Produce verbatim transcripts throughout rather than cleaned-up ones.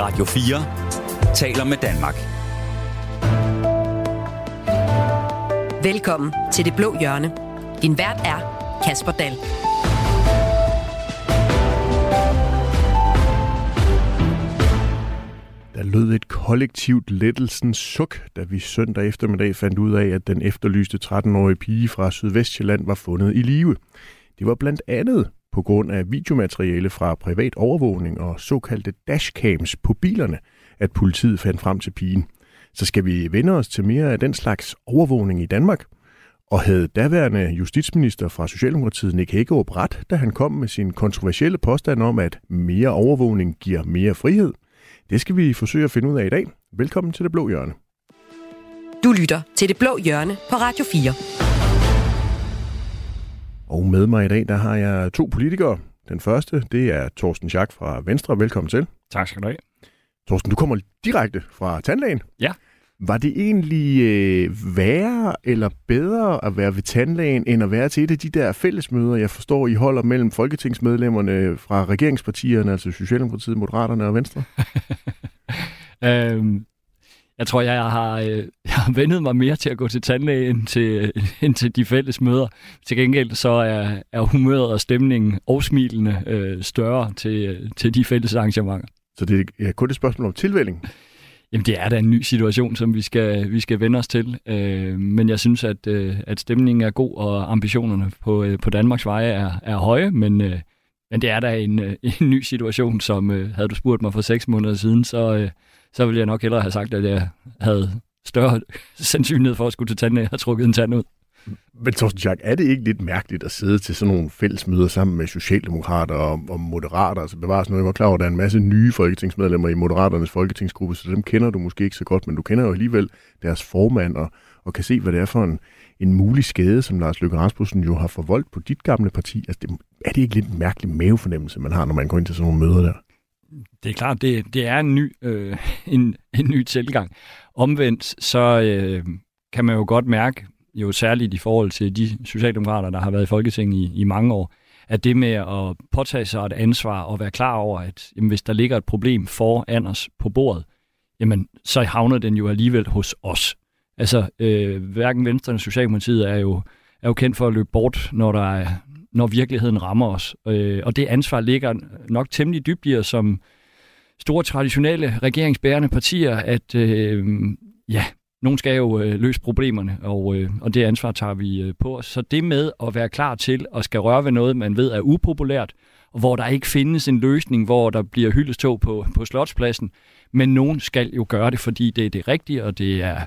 Radio fire taler med Danmark. Velkommen til Det Blå Hjørne. Din vært er Kasper Dahl. Der lød et kollektivt lettelsens suk, da vi søndag eftermiddag fandt ud af, at den efterlyste tretten-årige pige fra Sydvestjylland var fundet i live. Det var blandt andet på grund af videomateriale fra privat overvågning og såkaldte dashcams på bilerne, at politiet fandt frem til pigen. Så skal vi vende os til mere af den slags overvågning i Danmark? Og havde daværende justitsminister fra Socialdemokratiet Nick Hækkerup ret, da han kom med sin kontroversielle påstand om, at mere overvågning giver mere frihed? Det skal vi forsøge at finde ud af i dag. Velkommen til Det Blå Hjørne. Du lytter til Det Blå Hjørne på Radio fire. Og med mig i dag, der har jeg to politikere. Den første, det er Torsten Schack fra Venstre. Velkommen til. Tak skal du have. Torsten, du kommer direkte fra tandlægen. Ja. Var det egentlig øh, værre eller bedre at være ved tandlægen, end at være til et af de der fællesmøder, jeg forstår, I holder mellem folketingsmedlemmerne fra regeringspartierne, altså Socialdemokratiet, Moderaterne og Venstre? øhm, jeg tror, jeg har, øh, jeg har vendet mig mere til at gå til tandlægen end til, end til de fællesmøder. Til gengæld så er, er humøret og stemningen og smilene øh, større til, til de fælles arrangementer. Så det er kun et spørgsmål om tilvælling? Jamen, det er da en ny situation, som vi skal, vi skal vende os til. Øh, men jeg synes, at, øh, at stemningen er god, og ambitionerne på, øh, på Danmarks veje er, er høje. Men, øh, men det er da en, øh, en ny situation, som øh, havde du spurgt mig for seks måneder siden, så, øh, så ville jeg nok hellere have sagt, at jeg havde større sandsynlighed for at skulle til tandlæge og trukket en tand ud. Men Torsten Schack, er det ikke lidt mærkeligt at sidde til sådan nogle fællesmøder sammen med socialdemokrater og, og moderater? Altså bevares nu, jeg var klar over, at der er en masse nye folketingsmedlemmer i Moderaternes folketingsgruppe, så dem kender du måske ikke så godt, men du kender jo alligevel deres formand og, og kan se, hvad det er for en, en mulig skade, som Lars Løkke Rasmussen jo har forvoldt på dit gamle parti. Altså, det, er det ikke lidt en mærkelig mavefornemmelse, man har, når man går ind til sådan nogle møder der? Det er klart, det, det er en ny, øh, en, en ny tilgang. Omvendt, så øh, kan man jo godt mærke, jo særligt i forhold til de socialdemokrater, der har været i Folketinget i, i mange år, at det med at påtage sig et ansvar og være klar over, at jamen, hvis der ligger et problem foran os på bordet, jamen, så havner den jo alligevel hos os. Altså, øh, hverken Venstre eller Socialdemokratiet er jo, er jo kendt for at løbe bort, når, der er, når virkeligheden rammer os. Øh, og det ansvar ligger nok temmelig dybt i os som store traditionelle regeringsbærende partier, at øh, ja, nogen skal jo øh, løse problemerne, og, øh, og det ansvar tager vi øh, på os. Så det med at være klar til at skal røre ved noget, man ved er upopulært, og hvor der ikke findes en løsning, hvor der bliver hyldestog på, på Slotspladsen, men nogen skal jo gøre det, fordi det er det rigtige, og det er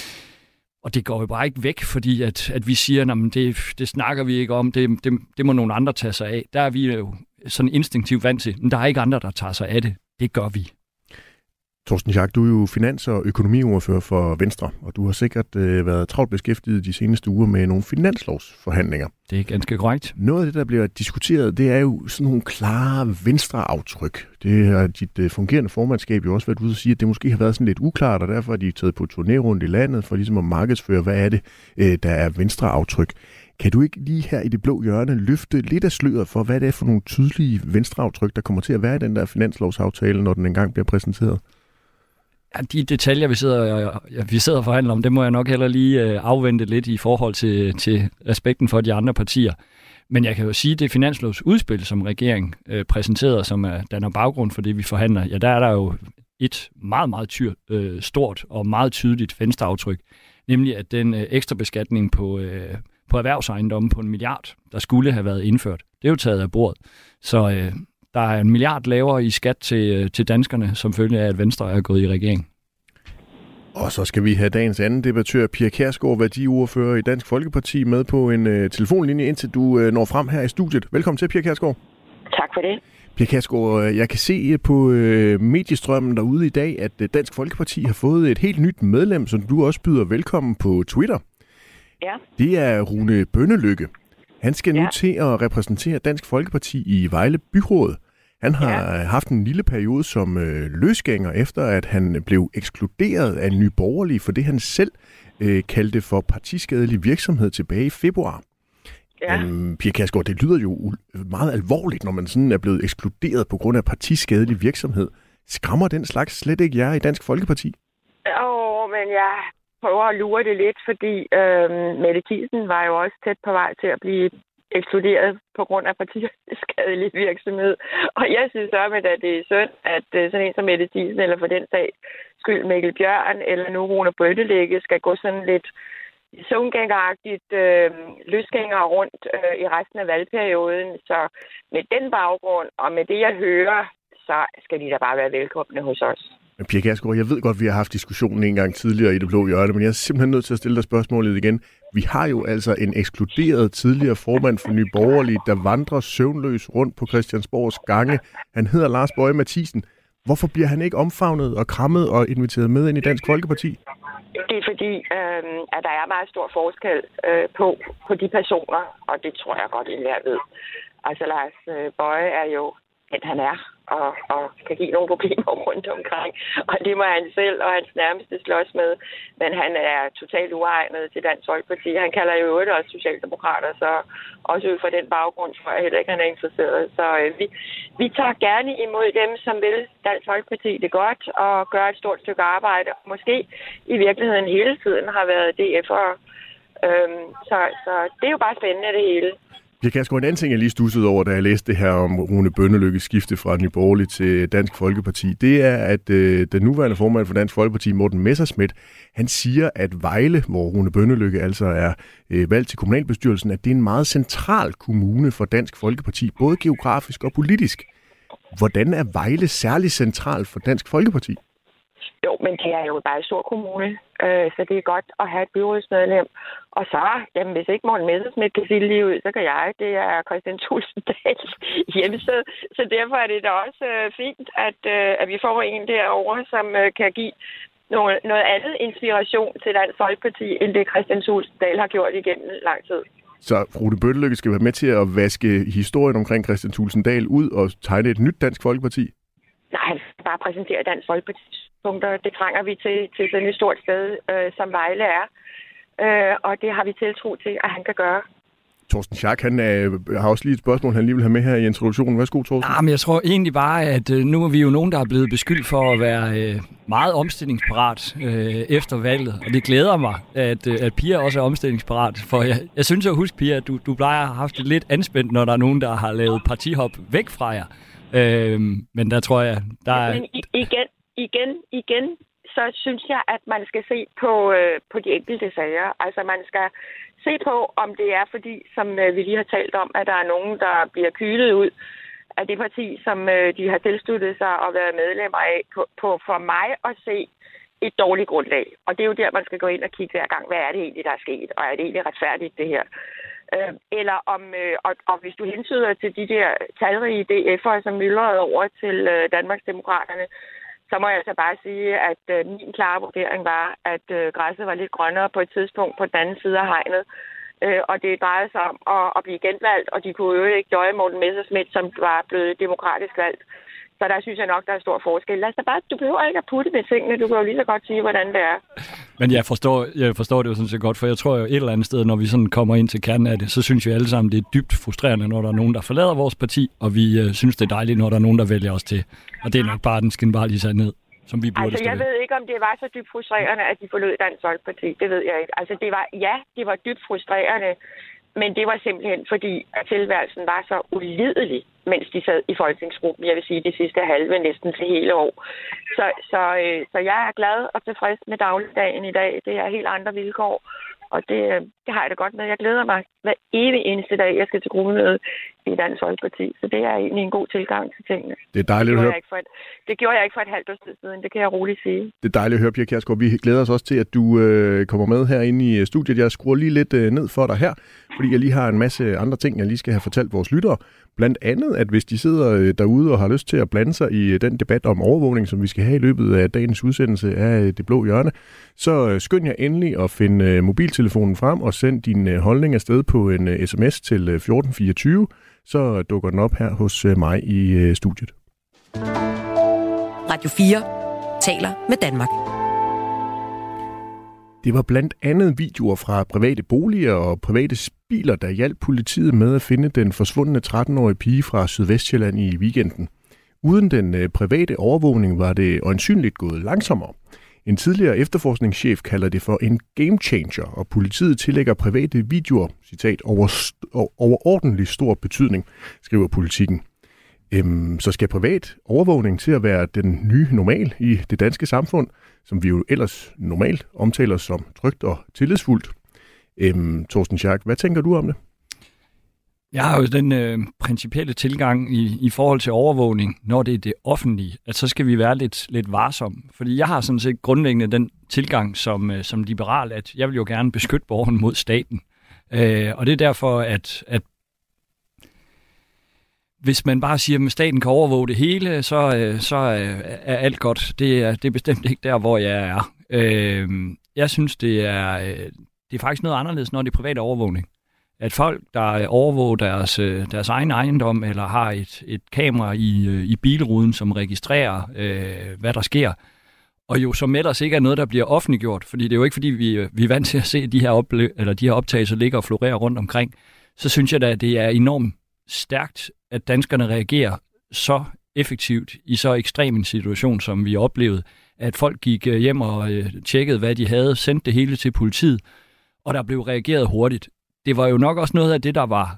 og det går jo bare ikke væk, fordi at, at vi siger, at det, det snakker vi ikke om, det, det, det må nogle andre tage sig af. Der er vi jo sådan instinktivt vant til, men der er ikke andre, der tager sig af det. Det gør vi. Torsten Schack, du er jo finans- og økonomiordfører for Venstre, og du har sikkert øh, været travlt beskæftiget de seneste uger med nogle finanslovsforhandlinger. Det er ganske korrekt. Noget af det, der bliver diskuteret, det er jo sådan nogle klare venstreaftryk. Det har dit øh, fungerende formandskab jo også været ude at sige, at det måske har været sådan lidt uklart, og derfor er de taget på turné rundt i landet for ligesom at markedsføre, hvad er det, øh, der er venstreaftryk. Kan du ikke lige her i Det Blå Hjørne løfte lidt af sløret for, hvad det er for nogle tydelige venstreaftryk, der kommer til at være i den der finanslovsaftale, når den engang bliver præsenteret? Ja, de detaljer, vi sidder, ja, vi sidder og forhandler om, det må jeg nok heller lige øh, afvente lidt i forhold til, til respekten for de andre partier. Men jeg kan jo sige, at det finanslovsudspil, som regeringen øh, præsenterede, som er, danner baggrund for det, vi forhandler, ja, der er der jo et meget, meget tyr, øh, stort og meget tydeligt venstreaftryk, nemlig at den øh, ekstra beskatning på, øh, på erhvervsejendomme på en milliard, der skulle have været indført, det er jo taget af bordet. Så øh, der er en milliard lavere i skat til, til danskerne, som følge af, at Venstre er gået i regering. Og så skal vi have dagens anden debattør, Pia Kjærsgaard, værdiordfører i Dansk Folkeparti, med på en uh, telefonlinje, indtil du uh, når frem her i studiet. Velkommen til, Pia Kjærsgaard. Tak for det. Pia Kjærsgaard, jeg kan se på uh, mediestrømmen derude i dag, at uh, Dansk Folkeparti har fået et helt nyt medlem, som du også byder velkommen på Twitter. Ja. Det er Rune Bønnelykke. Han skal ja. nu til at repræsentere Dansk Folkeparti i Vejle Byråd. Han har ja. haft en lille periode som øh, løsgænger, efter at han blev ekskluderet af Nye Borgerlige for det, han selv øh, kaldte for partiskadelig virksomhed tilbage i februar. Ja. Um, Pia Kjærsgaard, det lyder jo meget alvorligt, når man sådan er blevet ekskluderet på grund af partiskadelig virksomhed. Skræmmer den slags slet ikke jer i Dansk Folkeparti? Åh, oh, men jeg prøver at lure det lidt, fordi øh, Mette Thiesen var jo også tæt på vej til at blive ekskluderet på grund af partiskadelig virksomhed. Og jeg synes også, at det er synd, at sådan en som Mette Thiesen, eller for den sag skyld Mikkel Bjørn, eller nu Rune Bønnelægge, skal gå sådan lidt sundgængeragtigt øh, løsgænger rundt øh, i resten af valgperioden. Så med den baggrund, og med det jeg hører, så skal de da bare være velkomne hos os. Men Pia Kjærsgaard, jeg ved godt, at vi har haft diskussionen en gang tidligere i Det Blå Hjørne, men jeg er simpelthen nødt til at stille dig spørgsmålet igen. Vi har jo altså en ekskluderet tidligere formand for Nye Borgerlige, der vandrer søvnløs rundt på Christiansborgs gange. Han hedder Lars Boje Mathiesen. Hvorfor bliver han ikke omfavnet og krammet og inviteret med ind i Dansk Folkeparti? Det er fordi, øh, at der er meget stor forskel øh, på, på de personer, og det tror jeg godt, at jeg ved. Altså Lars øh, Boje er jo den han er, og, og kan give nogle problemer rundt omkring. Og det må han selv og hans nærmeste slås med. Men han er totalt uegnet til Dansk Folkeparti. Han kalder jo øvrigt også socialdemokrater, så også ud fra den baggrund tror jeg heller ikke, han er interesseret. Så øh, vi, vi tager gerne imod dem, som vil Dansk Folkeparti det godt, og gør et stort stykke arbejde. Og måske i virkeligheden hele tiden har været D F'ere. Øhm, så, så det er jo bare spændende det hele. Jeg kan sgu en anden ting, jeg lige stussede over, da jeg læste det her om Rune Bønnelykkes skifte fra Nye Borgerlige til Dansk Folkeparti. Det er, at øh, den nuværende formand for Dansk Folkeparti, Morten Messerschmidt, han siger, at Vejle, hvor Rune Bønnelykke altså er øh, valgt til kommunalbestyrelsen, at det er en meget central kommune for Dansk Folkeparti, både geografisk og politisk. Hvordan er Vejle særligt central for Dansk Folkeparti? Jo, men det er jo bare en stor kommune, øh, så det er godt at have et byrådsmedlem. Og så, jamen hvis ikke Morten Messerschmidt kan sige lige ud, så kan jeg. Det er Kristian Thulesen Dahls hjemmeside. Så derfor er det da også øh, fint, at, øh, at vi får en derovre, som øh, kan give noget, noget andet inspiration til Dansk Folkeparti, end det Kristian Thulesen Dahl har gjort igennem lang tid. Så Rune Bønnelykke skal være med til at vaske historien omkring Kristian Thulesen Dahl ud og tegne et nyt Dansk Folkeparti? Nej, han skal bare præsentere Dansk Folkepartis punkter. Det trænger vi til, til sådan et stort sted, øh, som Vejle er. Øh, og det har vi tiltro til, at han kan gøre. Torsten Schack, han øh, har også lige et spørgsmål, han lige vil have med her i introduktionen. Værsgo, Torsten. Ja, men jeg tror egentlig bare, at øh, nu er vi jo nogen, der er blevet beskyldt for at være øh, meget omstillingsparat øh, efter valget. Og det glæder mig, at, øh, at Pia også er omstillingsparat. For jeg, jeg synes jo, husk Pia, at du, du plejer at have haft det lidt anspændt, når der er nogen, der har lavet partihop væk fra jer. Øh, men der tror jeg, der er... Men igen, igen, igen, så synes jeg, at man skal se på, øh, på de enkelte sager. Altså man skal se på, om det er fordi, som øh, vi lige har talt om, at der er nogen, der bliver kylet ud af det parti, som øh, de har tilsluttet sig og været medlemmer af, på, på for mig at se et dårligt grundlag. Og det er jo der, man skal gå ind og kigge hver gang, hvad er det egentlig, der er sket, og er det egentlig retfærdigt, det her? Øh, eller om, øh, og, og hvis du hensyder til de der talrige D F'ere, som myldrede over til øh, Danmarksdemokraterne, så må jeg så bare sige, at øh, min klare vurdering var, at øh, græsset var lidt grønnere på et tidspunkt på den anden side af hegnet. Øh, og det drejede sig om at, at blive genvalgt, og de kunne jo ikke døje Morten Messerschmidt, som var blevet demokratisk valgt. Så der synes jeg nok, der er stor forskel. Lad os da bare, du behøver ikke at putte med tingene, du kan jo lige så godt sige, hvordan det er. Men jeg forstår, jeg forstår det jo sådan set godt, for jeg tror jo et eller andet sted, når vi sådan kommer ind til kernen af det, så synes vi alle sammen, det er dybt frustrerende, når der er nogen, der forlader vores parti, og vi øh, synes, det er dejligt, når der er nogen, der vælger os til. Og det er nok bare den skinbarlige sandhed, som vi burde altså, jeg ved ikke, om det var så dybt frustrerende, at de forlod Dansk Folkeparti. Det ved jeg ikke. Altså, det var, ja, det var dybt frustrerende, men det var simpelthen fordi, at tilværelsen var så ulidelig, mens de sad i folketingsgruppen, jeg vil sige, det sidste halve, næsten til hele år. Så, så, øh, så jeg er glad og tilfreds med dagligdagen i dag. Det er helt andre vilkår, og det, det har jeg det godt med. Jeg glæder mig hver evig eneste dag, jeg skal til gruppemøde i Dansk Folkeparti. Så det er egentlig en god tilgang til tingene. Det er dejligt det at høre. Et, det gjorde jeg ikke for et halvt års tid siden, det kan jeg roligt sige. Det er dejligt at høre, Pia Kjærsgaard. Vi glæder os også til, at du øh, kommer med herinde i studiet. Jeg skruer lige lidt øh, ned for dig her, fordi jeg lige har en masse andre ting, jeg lige skal have fortalt vores lyttere. Blandt andet, at hvis de sidder derude og har lyst til at blande sig i den debat om overvågning, som vi skal have i løbet af dagens udsendelse af Det Blå Hjørne, så skynd jer endelig at finde mobiltelefonen frem og send din holdning afsted på en sms til fjorten fireogtyve. Så dukker den op her hos mig i studiet. Radio fire taler med Danmark. Det var blandt andet videoer fra private boliger og private biler, der hjalp politiet med at finde den forsvundne tretten-årige pige fra Sydvestsjælland i weekenden. Uden den øh, private overvågning var det øjensynligt gået langsommere. En tidligere efterforskningschef kalder det for en game changer, og politiet tillægger private videoer, citat, over, overordentlig stor betydning, skriver Politikken. Øhm, så skal privat overvågning til at være den nye normal i det danske samfund, som vi jo ellers normalt omtaler som trygt og tillidsfuldt. Øhm, Torsten Schack, hvad tænker du om det? Jeg har jo den øh, principielle tilgang i, i forhold til overvågning, når det er det offentlige, at så skal vi være lidt, lidt varsomme. Fordi jeg har sådan set grundlæggende den tilgang som, øh, som liberal, at jeg vil jo gerne beskytte borgeren mod staten. Øh, og det er derfor, at, at hvis man bare siger, at staten kan overvåge det hele, så, øh, så øh, er alt godt. Det er, det er bestemt ikke der, hvor jeg er. Øh, jeg synes, det er, øh, det er faktisk noget anderledes, når det er privat overvågning. At folk, der overvåger deres, deres egen ejendom, eller har et, et kamera i, i bilruden, som registrerer, øh, hvad der sker, og jo som ellers ikke er noget, der bliver offentliggjort, fordi det er jo ikke, fordi vi, vi er vant til at se, at de her, ople- eller de her optagelser ligger og florerer rundt omkring, så synes jeg da, at det er enormt stærkt, at danskerne reagerer så effektivt i så ekstrem en situation, som vi oplevede, at folk gik hjem og øh, tjekkede, hvad de havde, sendte det hele til politiet, og der blev reageret hurtigt. Det var jo nok også noget af det, der var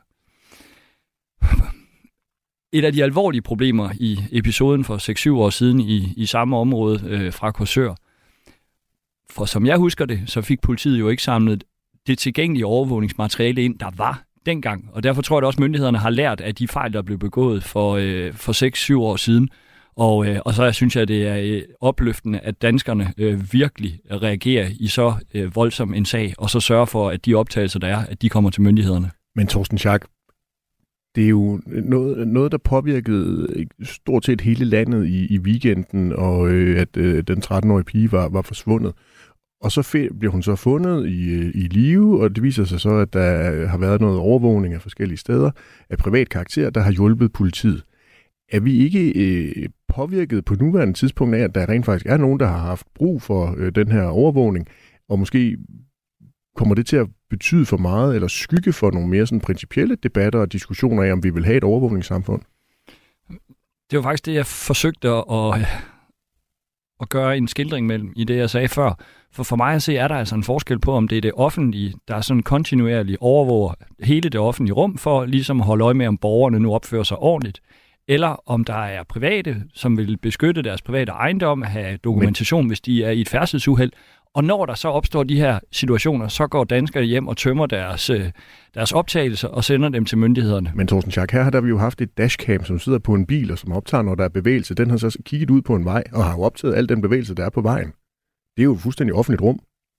et af de alvorlige problemer i episoden for seks syv år siden i, i samme område øh, fra Korsør. For som jeg husker det, så fik politiet jo ikke samlet det tilgængelige overvågningsmateriale ind, der var dengang. Og derfor tror jeg også, at myndighederne har lært af de fejl, der blev begået for, øh, for seks syv år siden. Og, øh, og så synes jeg, det er øh, opløftende, at danskerne øh, virkelig reagerer i så øh, voldsom en sag, og så sørger for, at de optagelser, der er, at de kommer til myndighederne. Men Torsten Schack, det er jo noget, noget der påvirkede stort set hele landet i, i weekenden, og øh, at øh, den tretten-årige pige var, var forsvundet. Og så f- bliver hun så fundet i, i live, og det viser sig så, at der har været noget overvågning af forskellige steder af privat karakter, der har hjulpet politiet. Er vi ikke øh, påvirket på nuværende tidspunkt af, at der rent faktisk er nogen, der har haft brug for øh, den her overvågning, og måske kommer det til at betyde for meget, eller skygge for nogle mere sådan principielle debatter og diskussioner af, om vi vil have et overvågningssamfund? Det var faktisk det, jeg forsøgte at, at, at gøre en skildring mellem i det, jeg sagde før. For for mig at se, er der altså en forskel på, om det er det offentlige, der er sådan kontinuerligt overvåger hele det offentlige rum, for ligesom at holde øje med, om borgerne nu opfører sig ordentligt, eller om der er private, som vil beskytte deres private ejendom, have dokumentation, Men... hvis de er i et færdselsuheld. Og når der så opstår de her situationer, så går danskere hjem og tømmer deres, deres optagelser og sender dem til myndighederne. Men Torsten Schack, her har vi jo haft et dashcam, som sidder på en bil, og som optager, når der er bevægelse. Den har så kigget ud på en vej, og har jo optaget al den bevægelse, der er på vejen. Det er jo fuldstændig offentligt rum.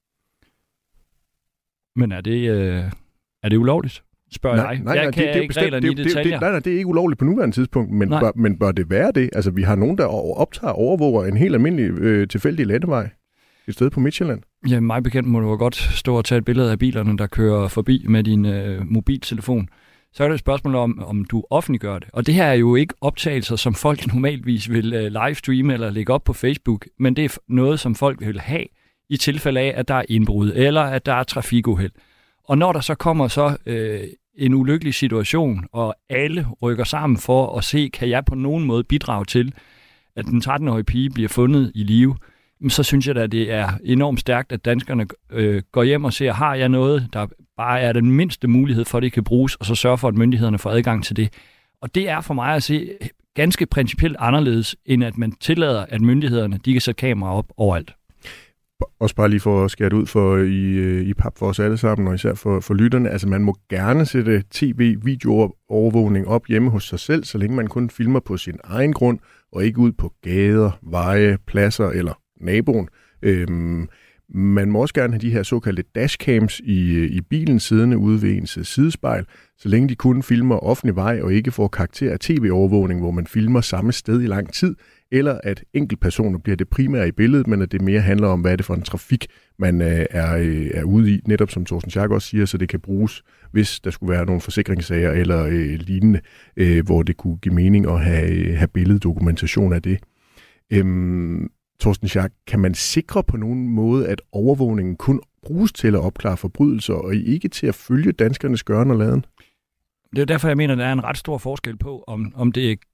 Men er det, øh, er det ulovligt? Spørger nej, jeg. Nej, jeg nej, kan det, det, ikke reglerne det, i det, detaljer. Det, nej, nej, det er ikke ulovligt på nuværende tidspunkt, men bør, men bør det være det? Altså, vi har nogen, der optager og overvåger en helt almindelig øh, tilfældig landevej et sted på Midtjylland. Ja, mig bekendt må du jo godt stå og tage et billede af bilerne, der kører forbi med din øh, mobiltelefon. Så er det et spørgsmål om, om du offentliggør det. Og det her er jo ikke optagelser, som folk normalvis vil øh, livestreame eller lægge op på Facebook, men det er noget, som folk vil have i tilfælde af, at der er indbrud eller at der er trafikuheld. Og når der så kommer så øh, en ulykkelig situation, og alle rykker sammen for at se, kan jeg på nogen måde bidrage til, at den tretten-årige pige bliver fundet i live, så synes jeg da, at det er enormt stærkt, at danskerne øh, går hjem og ser, har jeg noget, der bare er den mindste mulighed for, at det kan bruges, og så sørger for, at myndighederne får adgang til det. Og det er for mig at se ganske principielt anderledes, end at man tillader, at myndighederne de kan sætte kameraer op overalt. Også bare lige for at skære det ud for i, i pap for os alle sammen, og især for, for lytterne. Altså man må gerne sætte tv-videoovervågning op hjemme hos sig selv, så længe man kun filmer på sin egen grund, og ikke ud på gader, veje, pladser eller naboen. Øhm, man må også gerne have de her såkaldte dashcams i, i bilen siddende ude ved ens sidespejl, så længe de kun filmer offentlig vej og ikke får karakter af tv-overvågning, hvor man filmer samme sted i lang tid, eller at enkeltpersoner bliver det primære i billedet, men at det mere handler om, hvad er det for en trafik, man øh, er, øh, er ude i, netop som Torsten Schack også siger, så det kan bruges, hvis der skulle være nogle forsikringssager eller øh, lignende, øh, hvor det kunne give mening at have, øh, have billeddokumentation af det. Øhm, Torsten Schack, kan man sikre på nogen måde, at overvågningen kun bruges til at opklare forbrydelser, og ikke til at følge danskernes gøren og laden? Det er derfor, jeg mener, at der er en ret stor forskel på, om, om det er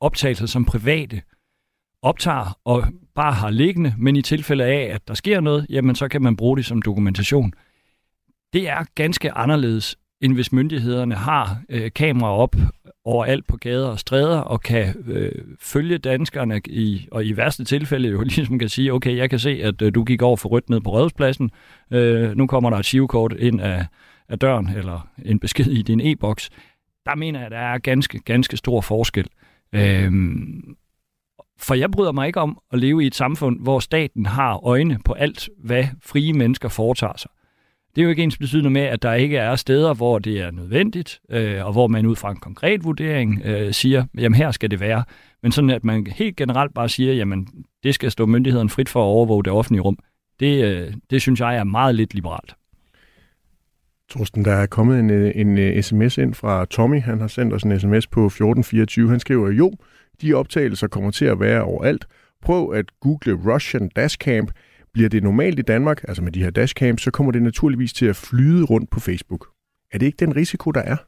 optagelser, som private optager og bare har liggende, men i tilfælde af, at der sker noget, jamen så kan man bruge det som dokumentation. Det er ganske anderledes, end hvis myndighederne har øh, kameraer op overalt på gader og stræder, og kan øh, følge danskerne, i, og i værste tilfælde jo ligesom kan sige, okay, jeg kan se, at øh, du gik over for rødt ned på Rådhuspladsen, øh, nu kommer der et girokort ind af, af døren, eller en besked i din e-boks. Der mener jeg, at der er ganske, ganske stor forskel. Øh, for jeg bryder mig ikke om at leve i et samfund, hvor staten har øjne på alt, hvad frie mennesker foretager sig. Det er jo ikke ens betydende med, at der ikke er steder, hvor det er nødvendigt, øh, og hvor man ud fra en konkret vurdering øh, siger, jamen her skal det være. Men sådan at man helt generelt bare siger, jamen det skal stå myndigheden frit for at overvåge det offentlige rum. Det, øh, det synes jeg er meget lidt liberalt. Torsten, der er kommet en, en, en sms ind fra Tommy. Han har sendt os en sms på fjorten fireogtyve. Han skriver, jo, de optagelser kommer til at være overalt. Prøv at google Russian dashcam. Bliver det normalt i Danmark, altså med de her dashcams, så kommer det naturligvis til at flyde rundt på Facebook. Er det ikke den risiko, der er?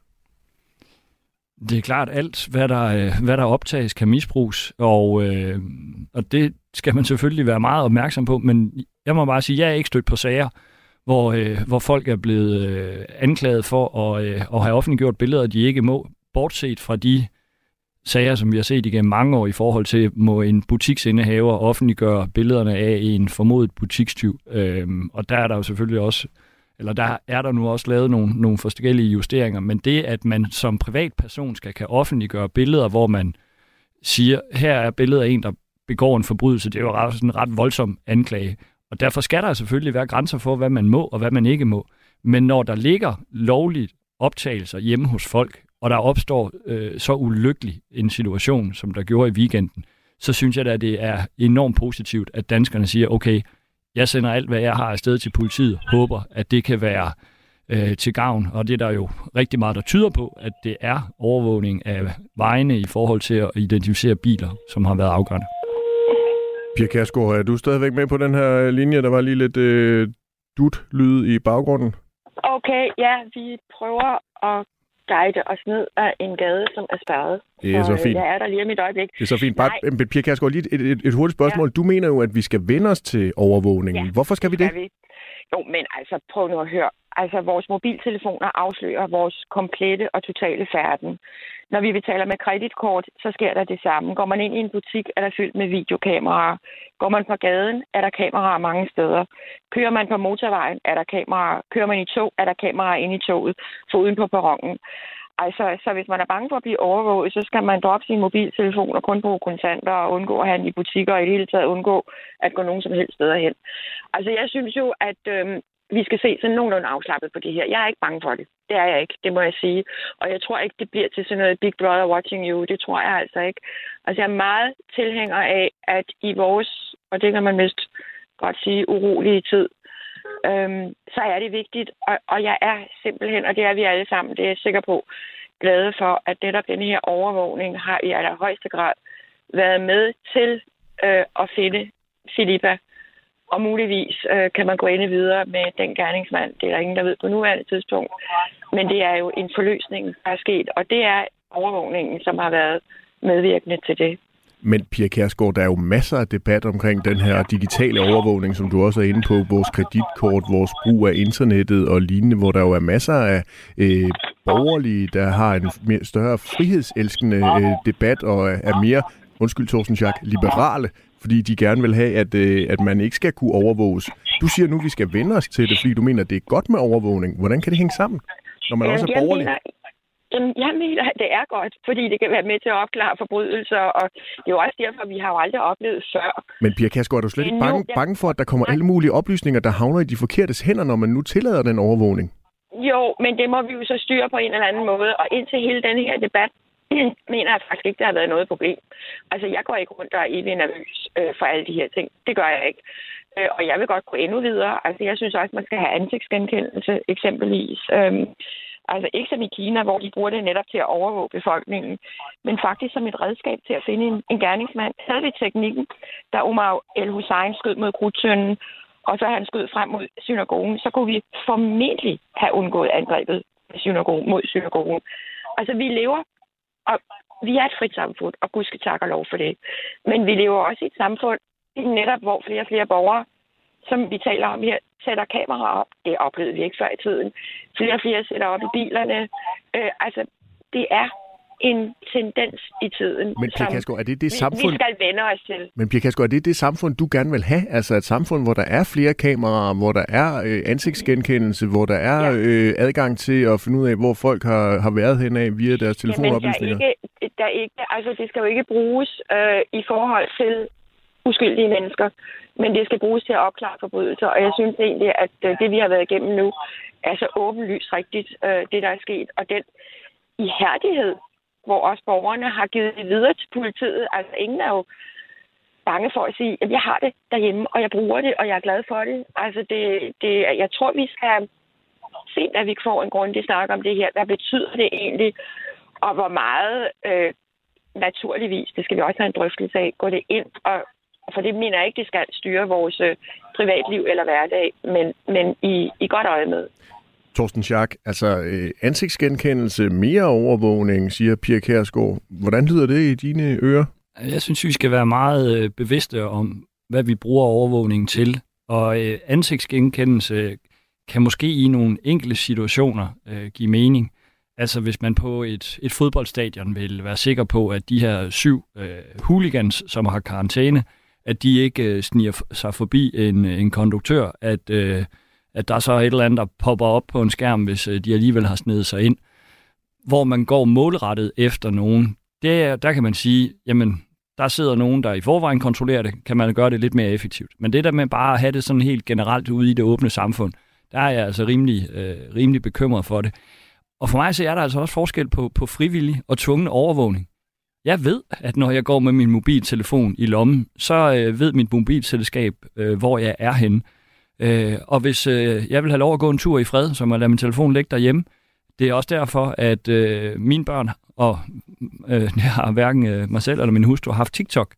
Det er klart, alt hvad der, hvad der optages kan misbruges, og, øh, og det skal man selvfølgelig være meget opmærksom på, men jeg må bare sige, at jeg er ikke stødt på sager, hvor, øh, hvor folk er blevet øh, anklaget for at, øh, at have offentliggjort billeder, de ikke må, bortset fra de sager, som vi har set igennem mange år i forhold til, må en butiksindehaver offentliggøre billederne af en formodet butikstyv. Øhm, og der er der jo selvfølgelig også, eller der er der nu også lavet nogle, nogle forskellige justeringer, men det, at man som privatperson skal kan offentliggøre billeder, hvor man siger, her er billedet af en, der begår en forbrydelse, det er jo ret, sådan en ret voldsom anklage. Og derfor skal der selvfølgelig være grænser for, hvad man må og hvad man ikke må. Men når der ligger lovligt optagelser hjemme hos folk, og der opstår øh, så ulykkelig en situation, som der gjorde i weekenden, så synes jeg da, at det er enormt positivt, at danskerne siger, okay, jeg sender alt, hvad jeg har afsted til politiet, håber, at det kan være øh, til gavn. Og det er der jo rigtig meget, der tyder på, at det er overvågning af vejene i forhold til at identificere biler, som har været afgørende. Pia Kjærsgaard, er du stadigvæk med på den her linje? Der var lige lidt øh, dut-lyd i baggrunden. Okay, ja, vi prøver at guide os ned af en gade, som er spærret. Det er så, så fint. Jeg er der lige om et øjeblik. Det er så fint. Bare, Pia Kjærsgaard, lige et, et, et hurtigt spørgsmål. Ja. Du mener jo, at vi skal vende os til overvågningen. Ja. Hvorfor skal vi det? Skal vi? Jo, men altså, prøv nu at høre. Altså, vores mobiltelefoner afslører vores komplette og totale færden. Når vi betaler med kreditkort, så sker der det samme. Går man ind i en butik, er der fyldt med videokameraer. Går man på gaden, er der kameraer mange steder. Kører man på motorvejen, er der kameraer. Kører man i tog, er der kameraer inde i toget, foruden på perronen. Altså, så hvis man er bange for at blive overvåget, så skal man droppe sin mobiltelefon og kun bruge kontanter og undgå at handle i butikker og i det hele taget undgå at gå nogen som helst steder hen. Altså, jeg synes jo, at øhm, vi skal se sådan nogenlunde afslappet på det her. Jeg er ikke bange for det. Det er jeg ikke, det må jeg sige. Og jeg tror ikke, det bliver til sådan noget Big Brother watching you. Det tror jeg altså ikke. Altså, jeg er meget tilhænger af, at i vores, og det kan man mest godt sige, urolige tid, øhm, så er det vigtigt. Og, og jeg er simpelthen, og det er vi alle sammen, det er jeg sikker på, glade for, at netop denne her overvågning har i allerhøjeste grad været med til øh, at finde Filippa. Og muligvis øh, kan man gå ind videre med den gerningsmand. Det er der ingen, der ved på nuværende tidspunkt. Men det er jo en forløsning, der er sket. Og det er overvågningen, som har været medvirkende til det. Men Pia Kjærsgaard, der er jo masser af debat omkring den her digitale overvågning, som du også er inde på. Vores kreditkort, vores brug af internettet og lignende, hvor der jo er masser af øh, borgerlige, der har en mere større frihedselskende øh, debat og er mere, undskyld Torsten Schack, liberale, fordi de gerne vil have, at, øh, at man ikke skal kunne overvåges. Du siger nu, at vi skal vende os til det, fordi du mener, at det er godt med overvågning. Hvordan kan det hænge sammen, når man jamen, også er borgerlig? Mener, jamen, jeg mener, at det er godt, fordi det kan være med til at opklare forbrydelser, og det er jo også derfor, vi har jo aldrig oplevet før. Men Pia Kjærsgaard, er du slet ikke bange, bange for, at der kommer alle mulige oplysninger, der havner i de forkertes hænder, når man nu tillader den overvågning? Jo, men det må vi jo så styre på en eller anden måde, og indtil hele denne her debat, mener jeg faktisk ikke, der har været noget problem. Altså, jeg går ikke rundt og er evig nervøs øh, for alle de her ting. Det gør jeg ikke. Øh, og jeg vil godt gå endnu videre. Altså, jeg synes også, man skal have ansigtsgenkendelse, eksempelvis. Øhm, altså, ikke som i Kina, hvor de bruger det netop til at overvåge befolkningen, men faktisk som et redskab til at finde en, en gerningsmand. Havde vi teknikken, da Omar el-Hussein skød mod Krudtønden, og så han skød frem mod synagogen, så kunne vi formentlig have undgået angrebet synagogen, mod synagogen. Altså, vi lever Og, vi er et frit samfund, og Gud skal takke og lov for det. Men vi lever også i et samfund, netop hvor flere og flere borgere, som vi taler om her, sætter kameraer op. Det oplevede vi ikke før i tiden. Flere og flere sætter op i bilerne. Øh, altså, det er en tendens i tiden, Men Pia Kjærsgaard, er det det vi, samfund... vi skal vende os til. Men Pia Kjærsgaard, er det det samfund, du gerne vil have? Altså et samfund, hvor der er flere kameraer, hvor der er øh, ansigtsgenkendelse, hvor der er Ja. øh, adgang til at finde ud af, hvor folk har, har været henne af via deres telefonoplysninger? Jamen, der er ikke, der er ikke, altså, det skal jo ikke bruges øh, i forhold til uskyldige mennesker, men det skal bruges til at opklare forbrydelser, og jeg synes egentlig, at øh, det, vi har været igennem nu, er så åbenlyst rigtigt, øh, det der er sket, og den ihærdighed, hvor også borgerne har givet det videre til politiet. Altså, ingen er jo bange for at sige, at jeg har det derhjemme, og jeg bruger det, og jeg er glad for det. Altså, det, det, jeg tror, vi skal se, at vi får en grundig snak om det her. Hvad betyder det egentlig? Og hvor meget, øh, naturligvis, det skal vi også have en drøftelse af, går det ind, og for det mener jeg ikke, det skal styre vores øh, privatliv eller hverdag, men, men i, i godt øje med. Torsten Schack, altså øh, ansigtsgenkendelse, mere overvågning, siger Pia Kjærsgaard. Hvordan lyder det i dine ører? Jeg synes, vi skal være meget øh, bevidste om, hvad vi bruger overvågning til. Og øh, ansigtsgenkendelse kan måske i nogle enkelte situationer øh, give mening. Altså hvis man på et, et fodboldstadion vil være sikker på, at de her syv øh, hooligans, som har karantæne, at de ikke øh, sniger sig forbi en, en konduktør, at... Øh, at der så er et eller andet, der popper op på en skærm, hvis de alligevel har snedet sig ind, hvor man går målrettet efter nogen. Det, der kan man sige, jamen, der sidder nogen, der i forvejen kontrollerer det, kan man gøre det lidt mere effektivt. Men det der med bare at have det sådan helt generelt ude i det åbne samfund, der er jeg altså rimelig, øh, rimelig bekymret for det. Og for mig så er der altså også forskel på, på frivillig og tvungen overvågning. Jeg ved, at når jeg går med min mobiltelefon i lommen, så øh, ved mit mobilselskab, øh, hvor jeg er henne. Øh, og hvis øh, jeg vil have lov at gå en tur i fred, så må jeg lade min telefon ligge derhjemme. Det er også derfor, at øh, mine børn, og øh, det har hverken øh, mig selv eller min hustru, haft TikTok.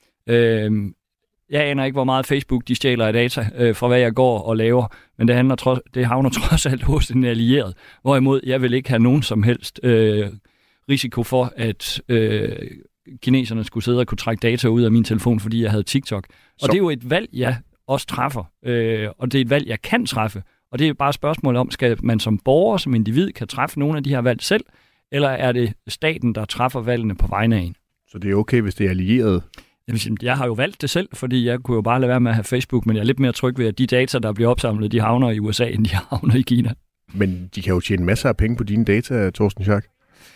Øh, jeg aner ikke, hvor meget Facebook de stjæler af data øh, fra, hvad jeg går og laver, men det, handler trods, det havner trods alt hos en allieret. Hvorimod jeg vil ikke have nogen som helst øh, risiko for, at øh, kineserne skulle sidde og kunne trække data ud af min telefon, fordi jeg havde TikTok. Og så... det er jo et valg, jeg også træffer, øh, og det er et valg, jeg kan træffe. Og det er bare et spørgsmål om, skal man som borger, som individ, kan træffe nogle af de her valg selv, eller er det staten, der træffer valgene på vegne af en? Så det er okay, hvis det er allieret? Jamen, jeg har jo valgt det selv, fordi jeg kunne jo bare lade være med at have Facebook, men jeg er lidt mere tryg ved, at de data, der bliver opsamlet, de havner i U S A, end de havner i Kina. Men de kan jo tjene masser af penge på dine data, Torsten Schack.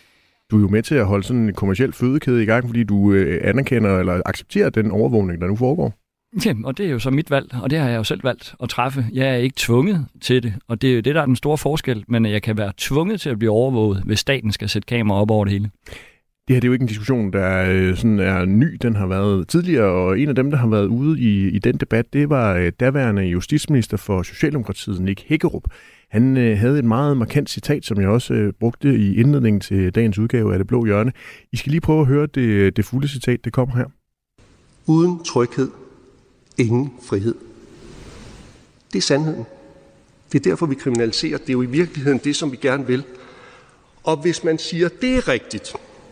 Du er jo med til at holde sådan en kommerciel fødekæde i gang, fordi du øh, anerkender eller accepterer den overvågning, der nu foregår. Ja, og det er jo så mit valg, og det har jeg jo selv valgt at træffe. Jeg er ikke tvunget til det, og det er jo det, der er den store forskel, men jeg kan være tvunget til at blive overvåget, hvis staten skal sætte kamera op over det hele. Det her det er jo ikke en diskussion, der øh, sådan er ny. Den har været tidligere, og en af dem, der har været ude i, i den debat, det var øh, daværende justitsminister for Socialdemokratiet, Nick Hækkerup. Han øh, havde et meget markant citat, som jeg også øh, brugte i indledningen til dagens udgave af Det Blå Hjørne. I skal lige prøve at høre det, det fulde citat, det kommer her. Uden tryghed, ingen frihed. Det er sandheden. Det er derfor, vi kriminaliserer. Det er jo i virkeligheden det, som vi gerne vil. Og hvis man siger, det er rigtigt,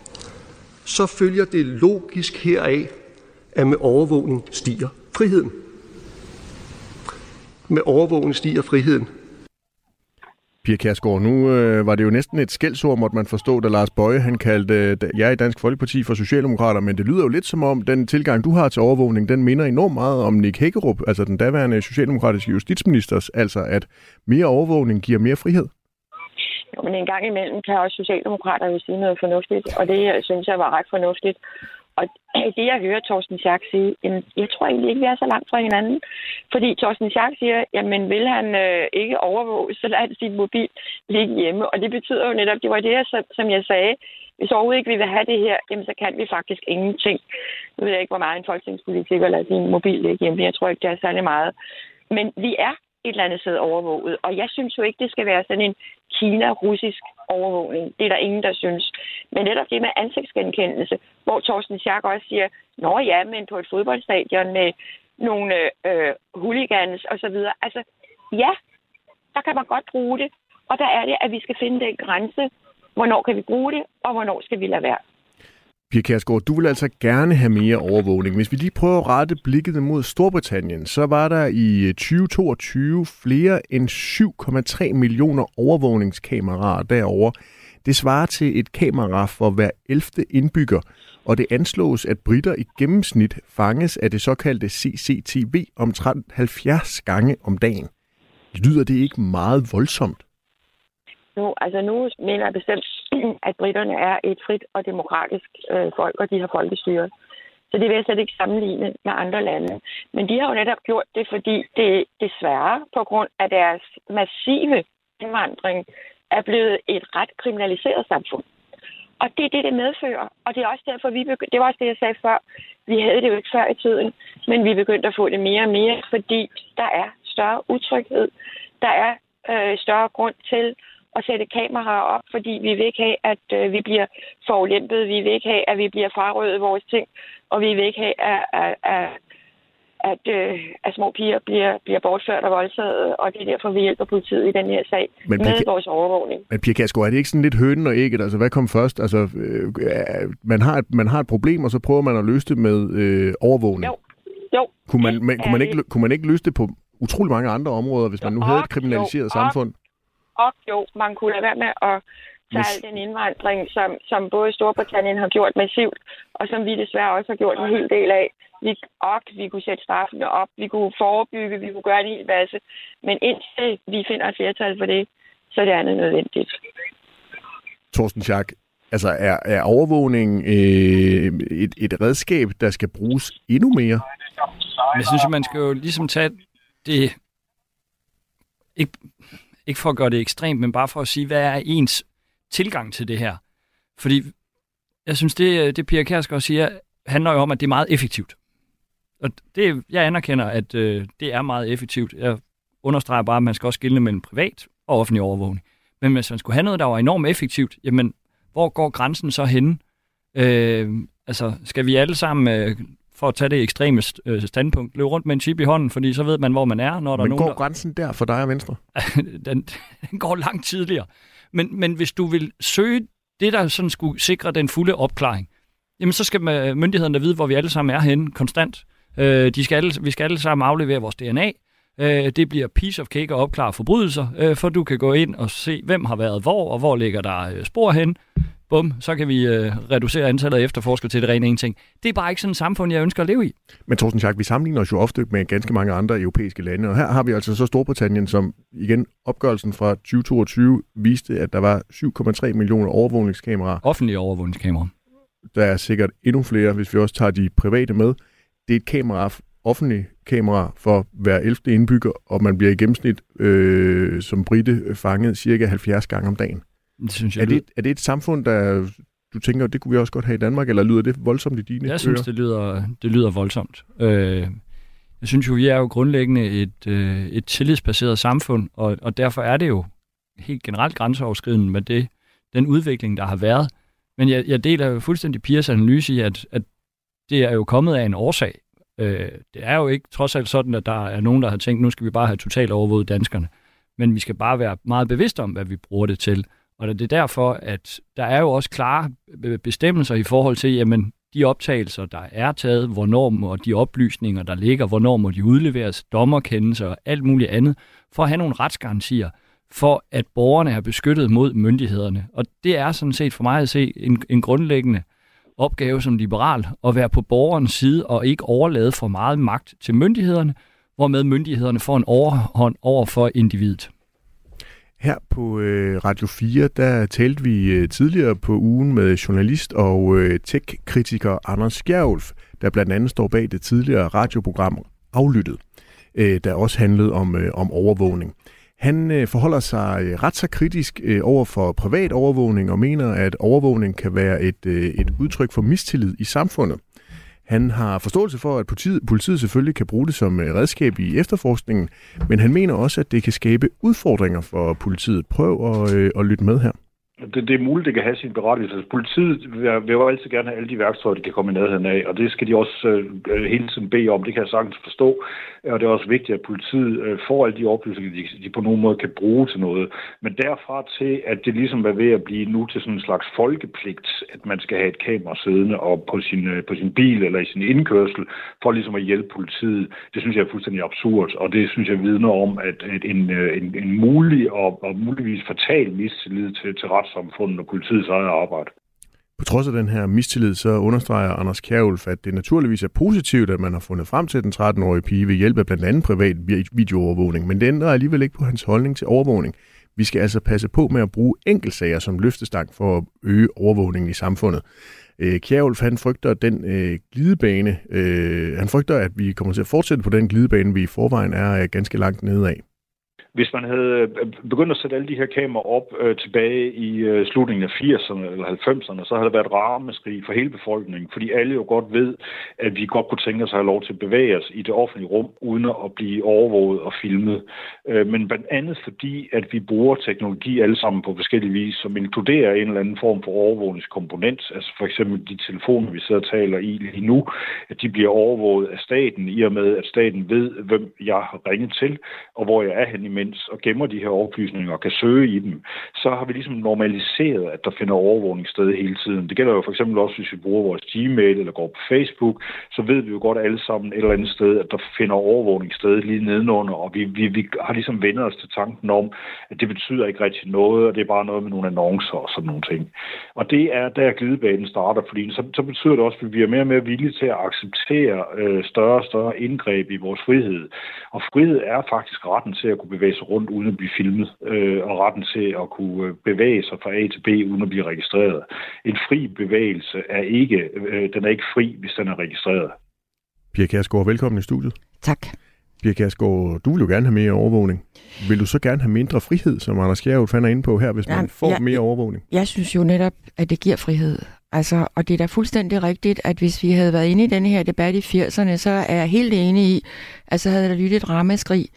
så følger det logisk heraf, at med overvågning stiger friheden. Med overvågning stiger friheden. Pia Kjærsgaard, nu øh, var det jo næsten et skældsord, måtte man forstå, da Lars Boje han kaldte øh, jer i Dansk Folkeparti for socialdemokrater, men det lyder jo lidt som om, den tilgang, du har til overvågning, den minder enormt meget om Nick Hækkerup, altså den daværende socialdemokratiske justitsministers, altså at mere overvågning giver mere frihed. Jo, men en gang imellem kan også socialdemokrater jo sige noget fornuftigt, og det synes jeg var ret fornuftigt. Og det, jeg hører Torsten Schack sige, jeg tror egentlig ikke, vi er så langt fra hinanden. Fordi Torsten Schack siger, jamen vil han øh, ikke overvåge, så lader han sin mobil ligge hjemme. Og det betyder jo netop, det var det, som jeg sagde, hvis overhovedet ikke vi vil have det her, jamen så kan vi faktisk ingenting. Nu ved jeg ikke, hvor meget en folketingspolitiker lader sin mobil ligge hjemme. Jeg tror ikke, det er særlig meget. Men vi er et eller andet sted overvåget. Og jeg synes jo ikke, det skal være sådan en Kina-russisk overvågning. Det er der ingen, der synes. Men netop det med ansigtsgenkendelse, hvor Torsten Schack også siger, nå ja, men på et fodboldstadion med nogle øh, hooligans og så videre. Altså, ja, der kan man godt bruge det. Og der er det, at vi skal finde den grænse. Hvornår kan vi bruge det, og hvornår skal vi lade være? Pia Kjærsgaard, du vil altså gerne have mere overvågning. Hvis vi lige prøver at rette blikket mod Storbritannien, så var der i tyve toogtyve flere end syv komma tre millioner overvågningskameraer derovre. Det svarer til et kamera for hver ellevte indbygger, og det anslås, at briter i gennemsnit fanges af det såkaldte C C T V omtrent halvfjerds gange om dagen. Lyder det ikke meget voldsomt? Nu, altså nu mener jeg bestemt, at britterne er et frit og demokratisk øh, folk, og de har folkestyre. Så det vil jeg slet ikke sammenligne med andre lande. Men de har jo netop gjort det, fordi det desværre på grund af deres massive indvandring er blevet et ret kriminaliseret samfund. Og det er det, det medfører. Og det er også derfor, vi begyndte, det var også det, jeg sagde før. Vi havde det jo ikke før i tiden, men vi begyndte at få det mere og mere, fordi der er større utryghed. Der er øh, større grund til at sætte kameraer op, fordi vi vil ikke have, at øh, vi bliver forulæmpet. Vi vil ikke have, at vi bliver frarøvet vores ting. Og vi vil ikke have, at, at, at, at, øh, at små piger bliver, bliver bortført og voldtaget. Og det er derfor, vi hjælper politiet i den her sag men, med Pia, vores overvågning. Men Pia Kjærsgaard, er det ikke sådan lidt hønen og ægget? Altså, hvad kom først? Altså, øh, man, har et, man har et problem, og så prøver man at løse det med øh, overvågning. Jo, jo. Kunne man, man, kunne, man ikke, kunne man ikke løse det på utrolig mange andre områder, hvis man nu havde et kriminaliseret jo, samfund? Og jo, man kunne lade være med at tage al den indvandring, som, som både Storbritannien har gjort massivt, og som vi desværre også har gjort en hel del af. Vi, og vi kunne sætte straffene op, vi kunne forebygge, vi kunne gøre en hel masse. Men indtil vi finder et flertal for det, så er det andet nødvendigt. Torsten Schack, altså er, er overvågning øh, et, et redskab, der skal bruges endnu mere? Jeg synes, at man skal jo ligesom tage det... Ikke... Ikke for at gøre det ekstremt, men bare for at sige, hvad er ens tilgang til det her? Fordi jeg synes, det, det Pia Kjærsgaard siger, handler jo om, at det er meget effektivt. Og det, jeg anerkender, at øh, det er meget effektivt. Jeg understreger bare, at man skal også skelne mellem privat og offentlig overvågning. Men hvis man skulle have noget, der var enormt effektivt, jamen, hvor går grænsen så henne? Øh, altså, skal vi alle sammen... Øh, for at tage det ekstreme standpunkt, løbe rundt med en chip i hånden, fordi så ved man, hvor man er, når der men er nogen, går grænsen der for dig og Venstre? den, den går langt tidligere. Men, men hvis du vil søge det, der sådan skulle sikre den fulde opklaring, jamen så skal myndighederne vide, hvor vi alle sammen er henne konstant. Øh, de skal alle, vi skal alle sammen aflevere vores D N A. Øh, det bliver piece of cake at opklare forbrydelser, øh, for du kan gå ind og se, hvem har været hvor, og hvor ligger der spor hen. Bum, så kan vi øh, reducere antallet af efterforskere til det rene ingenting. Det er bare ikke sådan et samfund, jeg ønsker at leve i. Men Torsten Schack, vi sammenligner os jo ofte med ganske mange andre europæiske lande, og her har vi altså så Storbritannien, som igen opgørelsen fra tyve toogtyve viste, at der var syv komma tre millioner overvågningskameraer. Offentlige overvågningskameraer. Der er sikkert endnu flere, hvis vi også tager de private med. Det er et kamera, offentlige kamera for hver ellevte indbygger, og man bliver i gennemsnit øh, som brite fanget cirka halvfjerds gange om dagen. Det synes jeg, er, det, er det et samfund, der du tænker, det kunne vi også godt have i Danmark, eller lyder det voldsomt i dine ører? Jeg synes, det lyder, det lyder voldsomt. Øh, jeg synes jo, vi er jo grundlæggende et, øh, et tillidsbaseret samfund, og, og derfor er det jo helt generelt grænseoverskridende med det, den udvikling, der har været. Men jeg, jeg deler jo fuldstændig Pias analyse i, at, at det er jo kommet af en årsag. Øh, det er jo ikke trods alt sådan, at der er nogen, der har tænkt, nu skal vi bare have totalt overvåget danskerne. Men vi skal bare være meget bevidste om, hvad vi bruger det til. Og det er derfor, at der er jo også klare bestemmelser i forhold til, jamen, de optagelser, der er taget, hvornår må de oplysninger, der ligger, hvornår må de udleveres, dommerkendelser og alt muligt andet, for at have nogle retsgarantier, for at borgerne er beskyttet mod myndighederne. Og det er sådan set for mig at se en, en grundlæggende opgave som liberal, at være på borgerens side og ikke overlade for meget magt til myndighederne, hvormed myndighederne får en overhånd over for individet. Her på øh, Radio fire, der talte vi øh, tidligere på ugen med journalist og øh, tech-kritiker Anders Skjerulf, der blandt andet står bag det tidligere radioprogram Aflyttet, øh, der også handlede om, øh, om overvågning. Han øh, forholder sig øh, ret så kritisk øh, over for privat overvågning og mener, at overvågning kan være et, øh, et udtryk for mistillid i samfundet. Han har forståelse for, at politiet, politiet selvfølgelig kan bruge det som redskab i efterforskningen, men han mener også, at det kan skabe udfordringer for politiet. Prøv at, øh, at lytte med her. Det, det er muligt, det kan have sin berettigelse. Politiet vil jo altid gerne have alle de værktøjer, de kan komme i nærheden af, og det skal de også øh, hele tiden bede om. Det kan jeg sagtens forstå, og det er også vigtigt, at politiet øh, får alle de oplysninger, de, de på nogen måde kan bruge til noget. Men derfra til, at det ligesom er ved at blive nu til sådan en slags folkepligt, at man skal have et kamera siddende og på sin, på sin bil eller i sin indkørsel, for ligesom at hjælpe politiet, det synes jeg er fuldstændig absurd, og det synes jeg vidner om, at, at en, en, en mulig og, og muligvis fatal mistillid til, til retssamfundet og politiets eget arbejde. På trods af den her mistillid, så understreger Anders Kjærulff, at det naturligvis er positivt, at man har fundet frem til den tretten-årige pige ved hjælp af blandt andet privat videoovervågning, men det ændrer alligevel ikke på hans holdning til overvågning. Vi skal altså passe på med at bruge enkeltsager som løftestang for at øge overvågningen i samfundet. Kjærulff, han frygter den øh, glidebane. Øh, han frygter, at vi kommer til at fortsætte på den glidebane, vi i forvejen er ganske langt nede af. Hvis man havde begyndt at sætte alle de her kameraer op øh, tilbage i øh, slutningen af firserne eller halvfemserne, så havde der været ramaskrig for hele befolkningen, fordi alle jo godt ved, at vi godt kunne tænke os at have lov til at bevæge os i det offentlige rum, uden at blive overvåget og filmet. Øh, men blandt andet fordi, at vi bruger teknologi alle sammen på forskellige vis, som inkluderer en eller anden form for overvågningskomponent, altså for eksempel de telefoner, vi sidder og taler i lige nu, at de bliver overvåget af staten, i og med, at staten ved, hvem jeg har ringet til, og hvor jeg er hen imens, og gemmer de her oplysninger og kan søge i dem, så har vi ligesom normaliseret, at der finder overvågning sted hele tiden. Det gælder jo for eksempel også, hvis vi bruger vores Gmail eller går på Facebook, så ved vi jo godt alle sammen et eller andet sted, at der finder overvågning sted lige nedenunder, og vi, vi, vi har ligesom vendt os til tanken om, at det betyder ikke rigtig noget, og det er bare noget med nogle annoncer og sådan nogle ting. Og det er der glidebanen starter, fordi så, så betyder det også, at vi bliver mere og mere villige til at acceptere øh, større og større indgreb i vores frihed. Og frihed er faktisk retten til at kunne bevæge sig rundt uden at blive filmet, øh, og retten til at kunne bevæge sig fra A til B uden at blive registreret. En fri bevægelse er ikke, øh, den er ikke fri, hvis den er registreret. Pia Kjærsgaard, velkommen i studiet. Tak. Pia Kjærsgaard, du vil jo gerne have mere overvågning. Vil du så gerne have mindre frihed, som Anders Kjærulff er inde på her, hvis man ja, får jeg, mere overvågning? Jeg synes jo netop, at det giver frihed. Altså, og det er da fuldstændig rigtigt, at hvis vi havde været inde i denne her debat i firserne, så er jeg helt enig i, at så havde der lyttet et ramaskrig.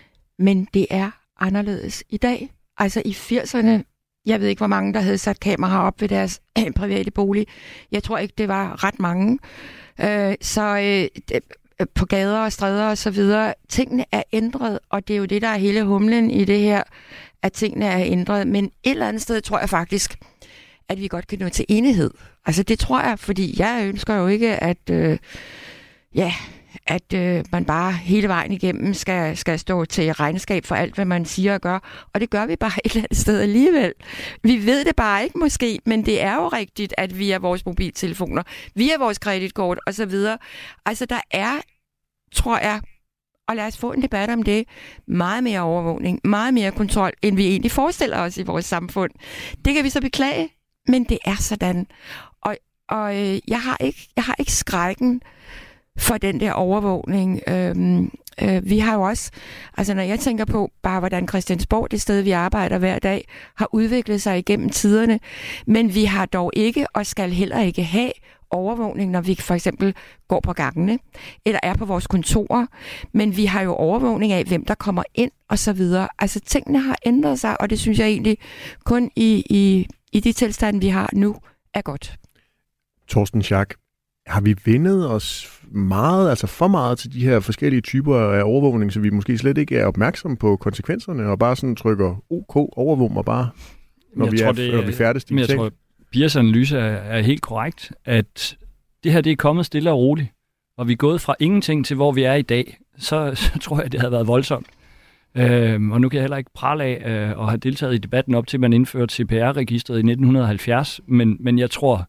Men det er anderledes i dag. Altså i firserne, jeg ved ikke, hvor mange, der havde sat kameraer op ved deres private bolig. Jeg tror ikke, det var ret mange. Øh, så øh, på gader og stræder og så videre. Tingene er ændret, og det er jo det, der er hele humlen i det her, at tingene er ændret. Men et eller andet sted tror jeg faktisk, at vi godt kan nå til enighed. Altså det tror jeg, fordi jeg ønsker jo ikke, at... Øh, ja... at øh, man bare hele vejen igennem skal, skal stå til regnskab for alt, hvad man siger og gør. Og det gør vi bare et eller andet sted alligevel. Vi ved det bare ikke måske, men det er jo rigtigt, at via vores mobiltelefoner, via vores kreditkort osv. Altså der er, tror jeg, og lad os få en debat om det, meget mere overvågning, meget mere kontrol, end vi egentlig forestiller os i vores samfund. Det kan vi så beklage, men det er sådan. Og, og øh, jeg, har ikke, jeg har ikke skrækken for den der overvågning. Øhm, øh, vi har jo også, altså når jeg tænker på bare, hvordan Christiansborg, det sted, vi arbejder hver dag, har udviklet sig igennem tiderne, men vi har dog ikke, og skal heller ikke have overvågning, når vi for eksempel går på gangene, eller er på vores kontorer, men vi har jo overvågning af, hvem der kommer ind, og så videre. Altså tingene har ændret sig, og det synes jeg egentlig kun i, i, i de tilstande, vi har nu, er godt. Torsten Schack, har vi vendet os meget, altså for meget til de her forskellige typer af overvågning, så vi måske slet ikke er opmærksomme på konsekvenserne, og bare sådan trykker OK, overvåg mig bare, når, vi, tror, er, det, når vi færdes digitalt? Jeg tror, Pias analyse er, er helt korrekt, at det her det er kommet stille og roligt, og vi er gået fra ingenting til, hvor vi er i dag, så, så tror jeg, det havde været voldsomt. Øhm, og nu kan jeg heller ikke prale af øh, at have deltaget i debatten op til, at man indførte C P R-registret i nitten halvfjerds, men, men jeg tror,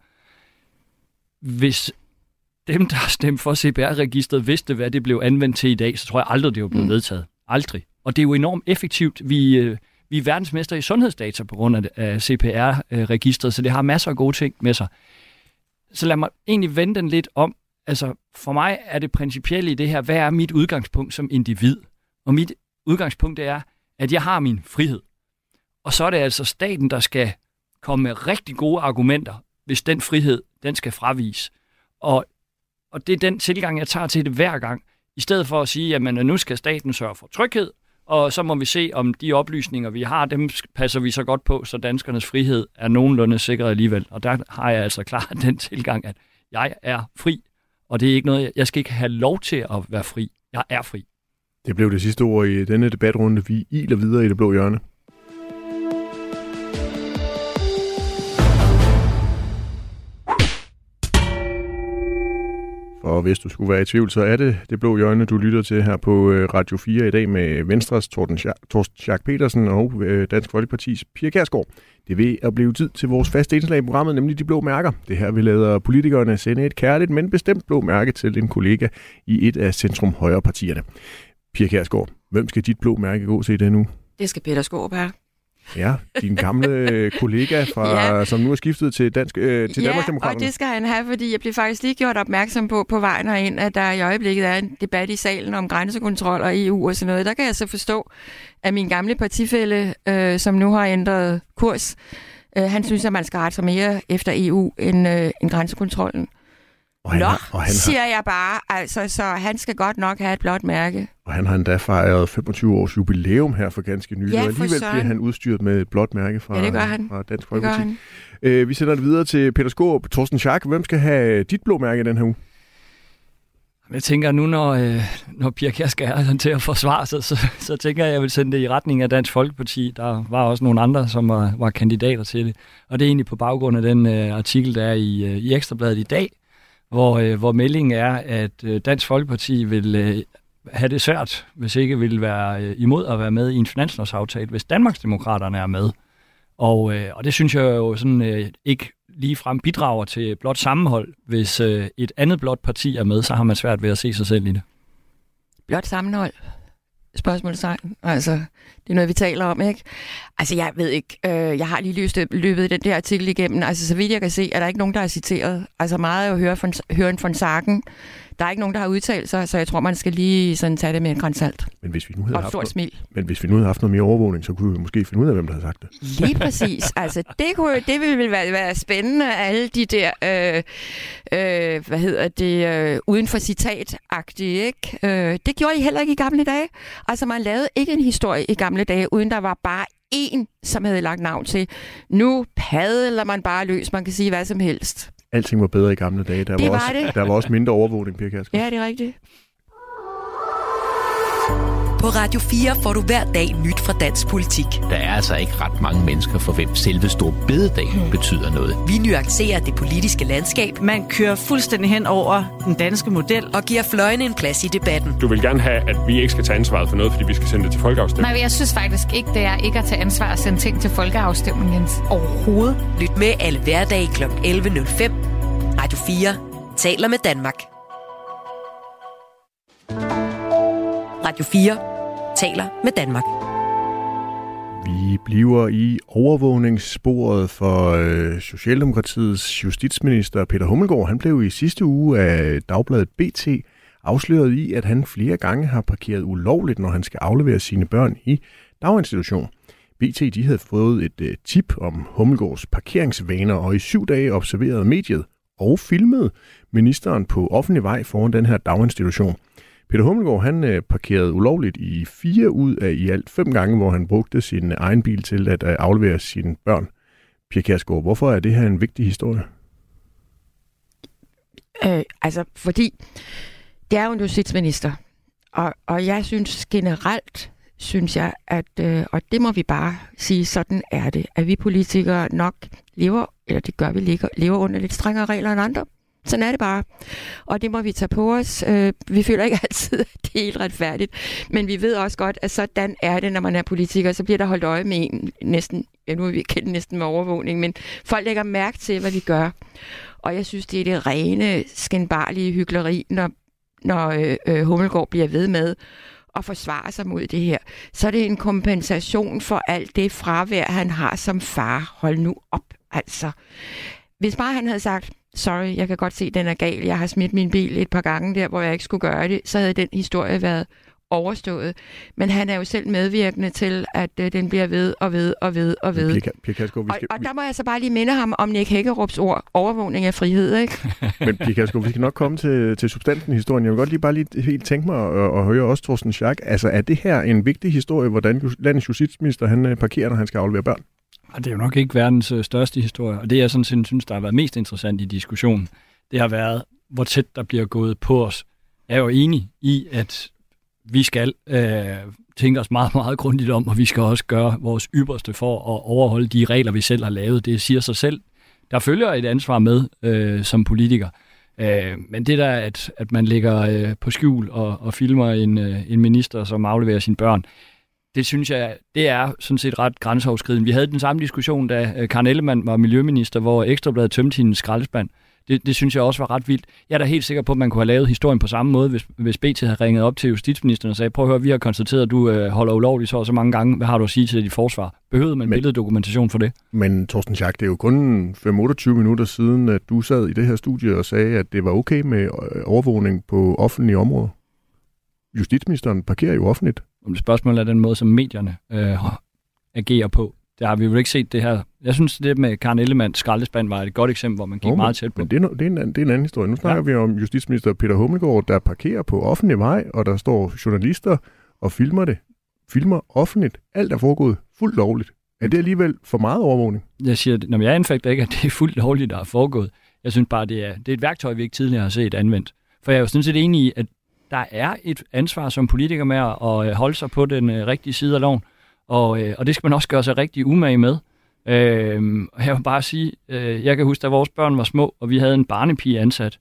hvis dem, der har stemt for C P R-registret, vidste, hvad det blev anvendt til i dag, så tror jeg aldrig, det var blevet vedtaget. Aldrig. Og det er jo enormt effektivt. Vi, øh, vi er verdensmester i sundhedsdata på grund af, af C P R-registret, så det har masser af gode ting med sig. Så lad mig egentlig vende den lidt om. Altså, for mig er det principielle i det her, hvad er mit udgangspunkt som individ? Og mit udgangspunkt er, at jeg har min frihed. Og så er det altså staten, der skal komme med rigtig gode argumenter, hvis den frihed, den skal fravise. Og, og det er den tilgang, jeg tager til det hver gang. I stedet for at sige, at nu skal staten sørge for tryghed, og så må vi se, om de oplysninger, vi har, dem passer vi så godt på, så danskernes frihed er nogenlunde sikret alligevel. Og der har jeg altså klart den tilgang, at jeg er fri, og det er ikke noget, jeg skal ikke have lov til at være fri. Jeg er fri. Det blev det sidste ord i denne debatrunde. Vi iler videre i Det Blå Hjørne. Og hvis du skulle være i tvivl, så er det Det Blå Hjørne, du lytter til her på Radio fire i dag med Venstres Torsten Schack Petersen og Dansk Folkepartis Pia Kjærsgaard. Det er ved at blive tid til vores faste indslag i programmet, nemlig De Blå Mærker. Det her vi lader politikerne sende et kærligt, men bestemt blå mærke til en kollega i et af centrum-højre-partierne. Pia Kjærsgaard, hvem skal dit blå mærke gå til det nu? Det skal Peter Skaarup have. Ja, din gamle kollega, fra, ja. som nu er skiftet til, dansk, øh, til ja, Danmarksdemokraterne. Og det skal han have, fordi jeg blev faktisk lige gjort opmærksom på på vejen herind, at der i øjeblikket er en debat i salen om grænsekontrol og E U og sådan noget. Der kan jeg så forstå, at min gamle partifælle, øh, som nu har ændret kurs, øh, han synes, at man skal rette sig mere efter E U end, øh, end grænsekontrollen. Og han, Nå, har, og han siger har, jeg bare, altså, så han skal godt nok have et blåt mærke. Og han har endda fejret femogtyve års jubilæum her for ganske nylig, ja, og alligevel bliver han udstyret med et blåt mærke fra, ja, det gør han. fra Dansk Folkeparti. Øh, vi sender det videre til Peter Skaarup. Torsten Schack, hvem skal have dit blå mærke den her uge? Jeg tænker nu, når, øh, når Pia Kjærsgaard er til at forsvare sig, så, så tænker jeg, at jeg vil sende det i retning af Dansk Folkeparti. Der var også nogle andre, som var, var kandidater til det. Og det er egentlig på baggrund af den øh, artikel, der er i, øh, i Ekstrabladet i dag, Hvor, øh, hvor meldingen er, at øh, Dansk Folkeparti vil øh, have det svært, hvis ikke vil være øh, imod at være med i en finanslovsaftale, hvis Danmarksdemokraterne er med. Og, øh, og det synes jeg jo sådan øh, ikke ligefrem bidrager til blot sammenhold. Hvis øh, et andet blot parti er med, så har man svært ved at se sig selv i det. Blot sammenhold? Spørgsmålstegn. Altså, det er noget, vi taler om, ikke? Altså, jeg ved ikke. Øh, jeg har lige løst, løbet den der artikel igennem. Altså, så vidt jeg kan se, er der ikke nogen, der er citeret. Altså, meget at høre Høren von Sagen. Der er ikke nogen, der har udtalt sig, så jeg tror, man skal lige sådan tage det med en gran salt. Men hvis vi nu havde, haft noget, smil. Men hvis vi nu havde haft noget mere overvågning, så kunne vi måske finde ud af, hvem der havde sagt det. Lige præcis. Altså, det, kunne, det ville være, være spændende, alle de der, øh, øh, hvad hedder det, øh, uden for citat-agtige, ikke? Øh, det gjorde I heller ikke i gamle dage. Altså, man lavede ikke en historie i gamle dage, uden der var bare én, som havde lagt navn til. Nu padler man bare løs, man kan sige hvad som helst. Alting var bedre i gamle dage. Der var, var også, det. der var også mindre overvågning, Pia Kjærsgaard. Ja, det er rigtigt. På Radio fire får du hver dag nyt fra dansk politik. Der er altså ikke ret mange mennesker, for hvem selve store bededag hmm. betyder noget. Vi nuancerer det politiske landskab. Man kører fuldstændig hen over den danske model. Og giver fløjene en plads i debatten. Du vil gerne have, at vi ikke skal tage ansvaret for noget, fordi vi skal sende det til folkeafstemning. Nej, jeg synes faktisk ikke, det er ikke at tage ansvar at sende ting til folkeafstemning, Jens. Overhovedet. Lyt med alle hverdage kl. elleve nul fem. Radio fire taler med Danmark. Radio fire taler med Danmark. Vi bliver i overvågningssporet for øh, Socialdemokratiets justitsminister Peter Hummelgaard. Han blev i sidste uge af Dagbladet B T afsløret i, at han flere gange har parkeret ulovligt, når han skal aflevere sine børn i daginstitution. B T de havde fået et øh, tip om Hummelgaards parkeringsvaner, og i syv dage observerede mediet og filmede ministeren på offentlig vej foran den her daginstitution. Peter Hummelgaard, han øh, parkerede ulovligt i fire ud af i alt fem gange, hvor han brugte sin egen bil til at øh, aflevere sine børn. Pia Kjærsgaard, hvorfor er det her en vigtig historie? Øh, altså, fordi det er jo en justitsminister, og, og jeg synes generelt, synes jeg, at, øh, og det må vi bare sige, sådan er det, at vi politikere nok lever, eller det gør vi, lever, lever under lidt strengere regler end andre. Sådan er det bare. Og det må vi tage på os. Vi føler ikke altid, at det er helt retfærdigt. Men vi ved også godt, at sådan er det, når man er politiker. Så bliver der holdt øje med en næsten, ja nu er vi kendt næsten med overvågning, men folk lægger mærke til, hvad vi gør. Og jeg synes, det er det rene, skændbarlige hykleri, når, når øh, Hummelgaard bliver ved med at forsvare sig mod det her. Så er det en kompensation for alt det fravær, han har som far. Hold nu op, altså. Hvis bare han havde sagt, sorry, jeg kan godt se, den er gal, jeg har smidt min bil et par gange der, hvor jeg ikke skulle gøre det, så havde den historie været overstået. Men han er jo selv medvirkende til, at øh, den bliver ved og ved og ved og ved. Pia, Pia Kjærsgaard, vi skal... og, og der må jeg så bare lige minde ham om Nick Hækkerups ord, overvågning af frihed, ikke? Men Pia Kjærsgaard, vi skal nok komme til, til substansen i historien. Jeg vil godt lige bare lige helt tænke mig at, at høre også Torsten Schack. Altså, er det her en vigtig historie, hvordan landets justitsminister han parkerer, når han skal aflevere børn? Det er jo nok ikke verdens største historie, og det jeg sådan set synes, der har været mest interessant i diskussionen, det har været, hvor tæt der bliver gået på os. Jeg er jo enig i, at vi skal øh, tænke os meget, meget grundigt om, og vi skal også gøre vores ypperste for at overholde de regler, vi selv har lavet. Det siger sig selv. Der følger et ansvar med øh, som politiker. Øh, men det der, at, at man ligger øh, på skjul og, og filmer en, øh, en minister, som afleverer sine børn, det synes jeg, det er sådan set ret grænseoverskridende. Vi havde den samme diskussion, da Karen Ellemann var miljøminister, hvor Ekstra Bladet tømte hendes skraldespand. Det, det synes jeg også var ret vildt. Jeg er da helt sikker på, at man kunne have lavet historien på samme måde, hvis, hvis B T havde ringet op til justitsministeren og sagde, prøv at høre, vi har konstateret, at du øh, holder ulovligt så og så mange gange. Hvad har du at sige til dit forsvar? Behøvede man billeddokumentation for det? Men Torsten Schack, det er jo kun fem til otteogtyve minutter siden, at du sad i det her studie og sagde, at det var okay med overvågning på offentlige områder. Justitsministeren parkerer jo offentligt. Om spørgsmålet er den måde, som medierne øh, agerer på. Der har vi jo ikke set det her. Jeg synes, det med Karen Ellemanns skraldespand var et godt eksempel, hvor man gik oh, meget tæt på. Men det er, no, det, er en, det er en anden historie. Nu snakker ja. vi om justitsminister Peter Hummelgaard, der parkerer på offentlig vej, og der står journalister og filmer det. Filmer offentligt. Alt er foregået fuldt lovligt. Er det alligevel for meget overvågning? Jeg siger, når jeg anfægter ikke, at det er fuldt lovligt, der er foregået. Jeg synes bare, det er, det er et værktøj, vi ikke tidligere har set anvendt. For jeg er jo sådan set enig i, at der er et ansvar som politiker med at holde sig på den øh, rigtige side af loven, og, øh, og det skal man også gøre sig rigtig umage med. Øh, og jeg vil bare sige, øh, jeg kan huske, da vores børn var små, og vi havde en barnepige ansat.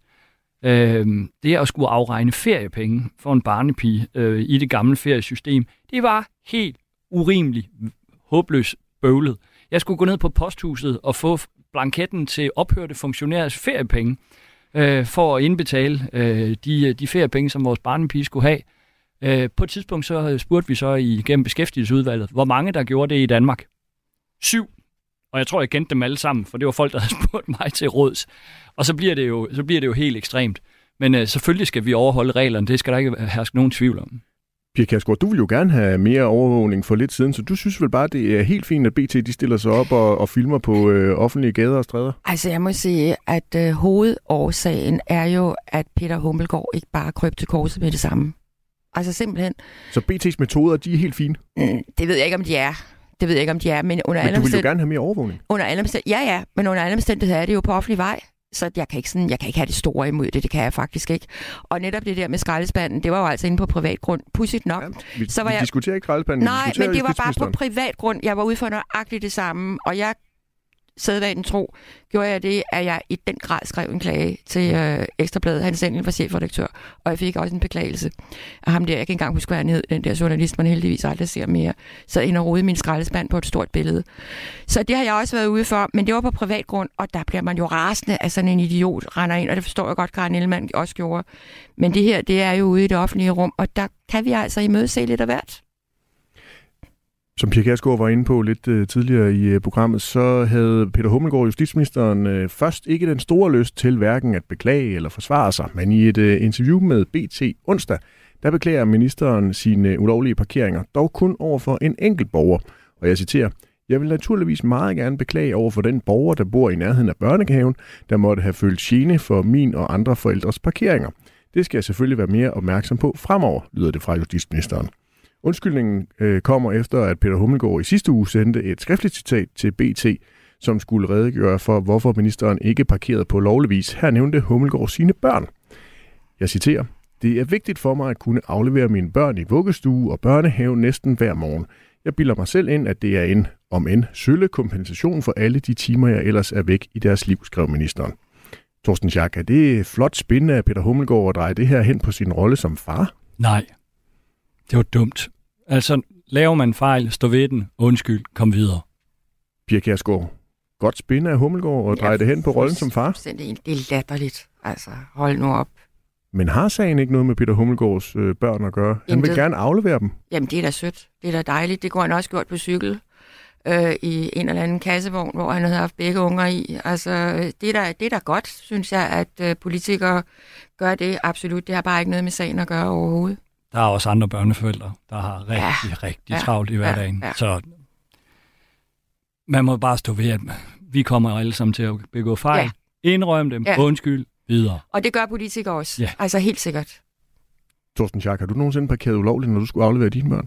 Øh, det at skulle afregne feriepenge for en barnepige øh, i det gamle feriesystem, det var helt urimeligt håbløst bøvlet. Jeg skulle gå ned på posthuset og få blanketten til ophørte funktionærers feriepenge, øh, for at indbetale øh, de, de feriepenge, som vores barnepige skulle have. Øh, på et tidspunkt så spurgte vi så igennem beskæftigelsesudvalget, hvor mange der gjorde det i Danmark. Syv. Og jeg tror, jeg kendte dem alle sammen, for det var folk, der havde spurgt mig til råds. Og så bliver det jo, så bliver det jo helt ekstremt. Men øh, selvfølgelig skal vi overholde reglerne, det skal der ikke herske nogen tvivl om. Pia Kjærsgaard, du vil jo gerne have mere overvågning for lidt siden, så du synes vel bare, det er helt fint, at B T de stiller sig op og, og filmer på øh, offentlige gader og stræder? Altså, jeg må sige, at øh, hovedårsagen er jo, at Peter Hummelgaard ikke bare kryb til korset med det samme. Altså simpelthen. Så B T's metoder, de er helt fine? Mm, det ved jeg ikke, om de er. Det ved jeg ikke, om de er, men under men alle du vil jo gerne have mere overvågning? Under alle omstændigheder, ja, ja, men under alle omstændigheder er det jo på offentlig vej. Så jeg kan, ikke sådan, jeg kan ikke have det store imod det, det kan jeg faktisk ikke. Og netop det der med skraldespanden, det var jo altså inde på privat grund. Pudsigt nok. Ja, vi, så var vi jeg... diskuterer ikke skraldespanden. Nej, men det var bare på privat grund. Jeg var ude for nøjagtigt det samme, og jeg sædvanen tro, gjorde jeg det, at jeg i den grad skrev en klage til øh, Ekstra Bladet. Han selv var chefredaktør, og jeg fik også en beklagelse af ham der. Jeg kan ikke engang huske, hvad han hed, den der journalist, man heldigvis aldrig ser mere. Så ind og rode min skraldespand på et stort billede. Så det har jeg også været ude for, men det var på privat grund, og der bliver man jo rasende, at sådan en idiot render ind, og det forstår jeg godt, Karen Ellemann også gjorde. Men det her, det er jo ude i det offentlige rum, og der kan vi altså imødese lidt af hvert. Som Pia Kjærsgaard var inde på lidt uh, tidligere i uh, programmet, så havde Peter Hummelgaard, justitsministeren, uh, først ikke den store lyst til hverken at beklage eller forsvare sig, men i et uh, interview med B T onsdag, der beklager ministeren sine ulovlige parkeringer, dog kun over for en enkelt borger. Og jeg citerer, jeg vil naturligvis meget gerne beklage over for den borger, der bor i nærheden af børnehaven, der måtte have følt gene for min og andre forældres parkeringer. Det skal jeg selvfølgelig være mere opmærksom på fremover, lyder det fra justitsministeren. Undskyldningen øh, kommer efter, at Peter Hummelgaard i sidste uge sendte et skriftligt citat til B T, som skulle redegøre for, hvorfor ministeren ikke parkerede på lovlig vis. Her nævnte Hummelgaard sine børn. Jeg citerer, det er vigtigt for mig at kunne aflevere mine børn i vuggestue og børnehave næsten hver morgen. Jeg bilder mig selv ind, at det er en, om end, sølle kompensation for alle de timer, jeg ellers er væk i deres liv, skrev ministeren. Torsten Schack, er det flot spændende af Peter Hummelgaard at dreje det her hen på sin rolle som far? Nej, det var dumt. Altså, laver man fejl, stå ved den, undskyld, kom videre. Pia Kjærsgaard, godt spændende af Hummelgaard og dreje ja, det hen på rollen som far? Det er latterligt. Altså, hold nu op. Men har sagen ikke noget med Peter Hummelgaards øh, børn at gøre? Han vil gerne aflevere dem. Jamen, det er da sødt. Det er da dejligt. Det går han også gjort på cykel øh, i en eller anden kassevogn, hvor han havde haft begge unger i. Altså, det er da, det er da godt, synes jeg, at øh, politikere gør det. Absolut. Det har bare ikke noget med sagen at gøre overhovedet. der er også andre børneforældre, der har rigtig, ja. rigtig ja. travlt i hverdagen. Ja. Ja. Så man må bare stå ved, at vi kommer alle sammen til at begå fejl. Ja. Indrømme dem, ja. undskyld, videre. Og det gør politikere også. Ja. Altså helt sikkert. Torsten Schack, har du nogensinde parkeret ulovligt, når du skulle aflevere dine børn?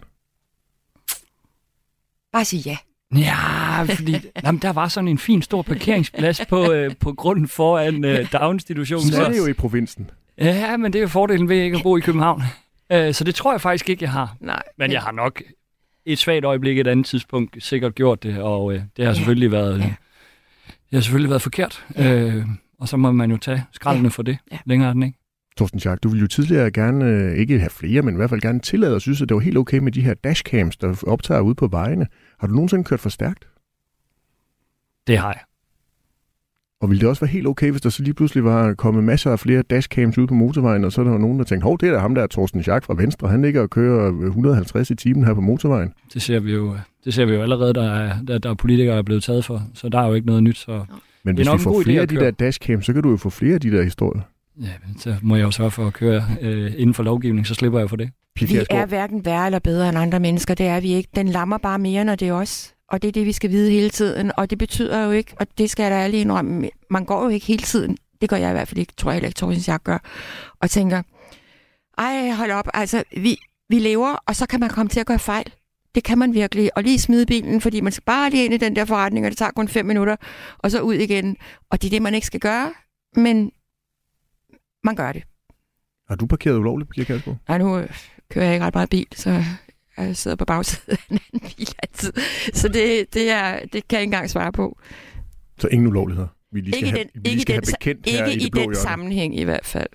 Bare sig ja. Ja, fordi jamen, der var sådan en fin stor parkeringsplads på, øh, på grunden foran øh, daginstitutionen. Så er det jo i provinsen. Ja, men det er jo fordelen ved ikke at bo i København. Øh, så det tror jeg faktisk ikke, jeg har. Nej. Men jeg har nok et svagt øjeblik et andet tidspunkt sikkert gjort det, og øh, det har selvfølgelig ja. været, øh, det har selvfølgelig været forkert. Øh, og så må man jo tage skraldene ja. for det. Ja. Længere er den ikke. Torsten Schack, du ville jo tidligere gerne, øh, ikke have flere, men i hvert fald gerne tillade og synes, at det var helt okay med de her dashcams, der optager ude på vejene. Har du nogensinde kørt for stærkt? Det har jeg. Og ville det også være helt okay, hvis der så lige pludselig var kommet masser af flere dashcams ude på motorvejen, og så der var nogen, der tænkte, hov, det er da ham der, Torsten Schack fra Venstre, han ligger og kører et hundrede og halvtreds i timen her på motorvejen. Det ser vi jo, det ser vi jo allerede, der er, der, der er politikere, der er blevet taget for, så der er jo ikke noget nyt. Så men hvis vi får flere af de der dashcams, så kan du jo få flere af de der historier. Ja, så må jeg jo sørge for at køre øh, inden for lovgivning, så slipper jeg for det. Vi er hverken værre eller bedre end andre mennesker, det er vi ikke. Den lammer bare mere, når det er os. Og det er det, vi skal vide hele tiden. Og det betyder jo ikke, og det skal jeg da ærligt indrømme, man går jo ikke hele tiden, det gør jeg i hvert fald ikke, tror jeg heller ikke, Torsten Schack gør, og tænker, ej, hold op, altså, vi, vi lever, og så kan man komme til at gøre fejl. Det kan man virkelig. Og lige smide bilen, fordi man skal bare lige ind i den der forretning, og det tager kun fem minutter, og så ud igen. Og det er det, man ikke skal gøre, men man gør det. Har du parkeret ulovligt, Pia Kjærsgaard? Nej, nu øh, kører jeg ikke ret meget bil, så jeg sidder på bagsiden af en anden bil altid. Så det, det, er, det kan jeg ikke engang svare på. Så ingen ulovligheder? Vi lige skal ikke have, den, vi lige skal ikke have bekendt ikke her i i det blå den hjørne. sammenhæng i hvert fald.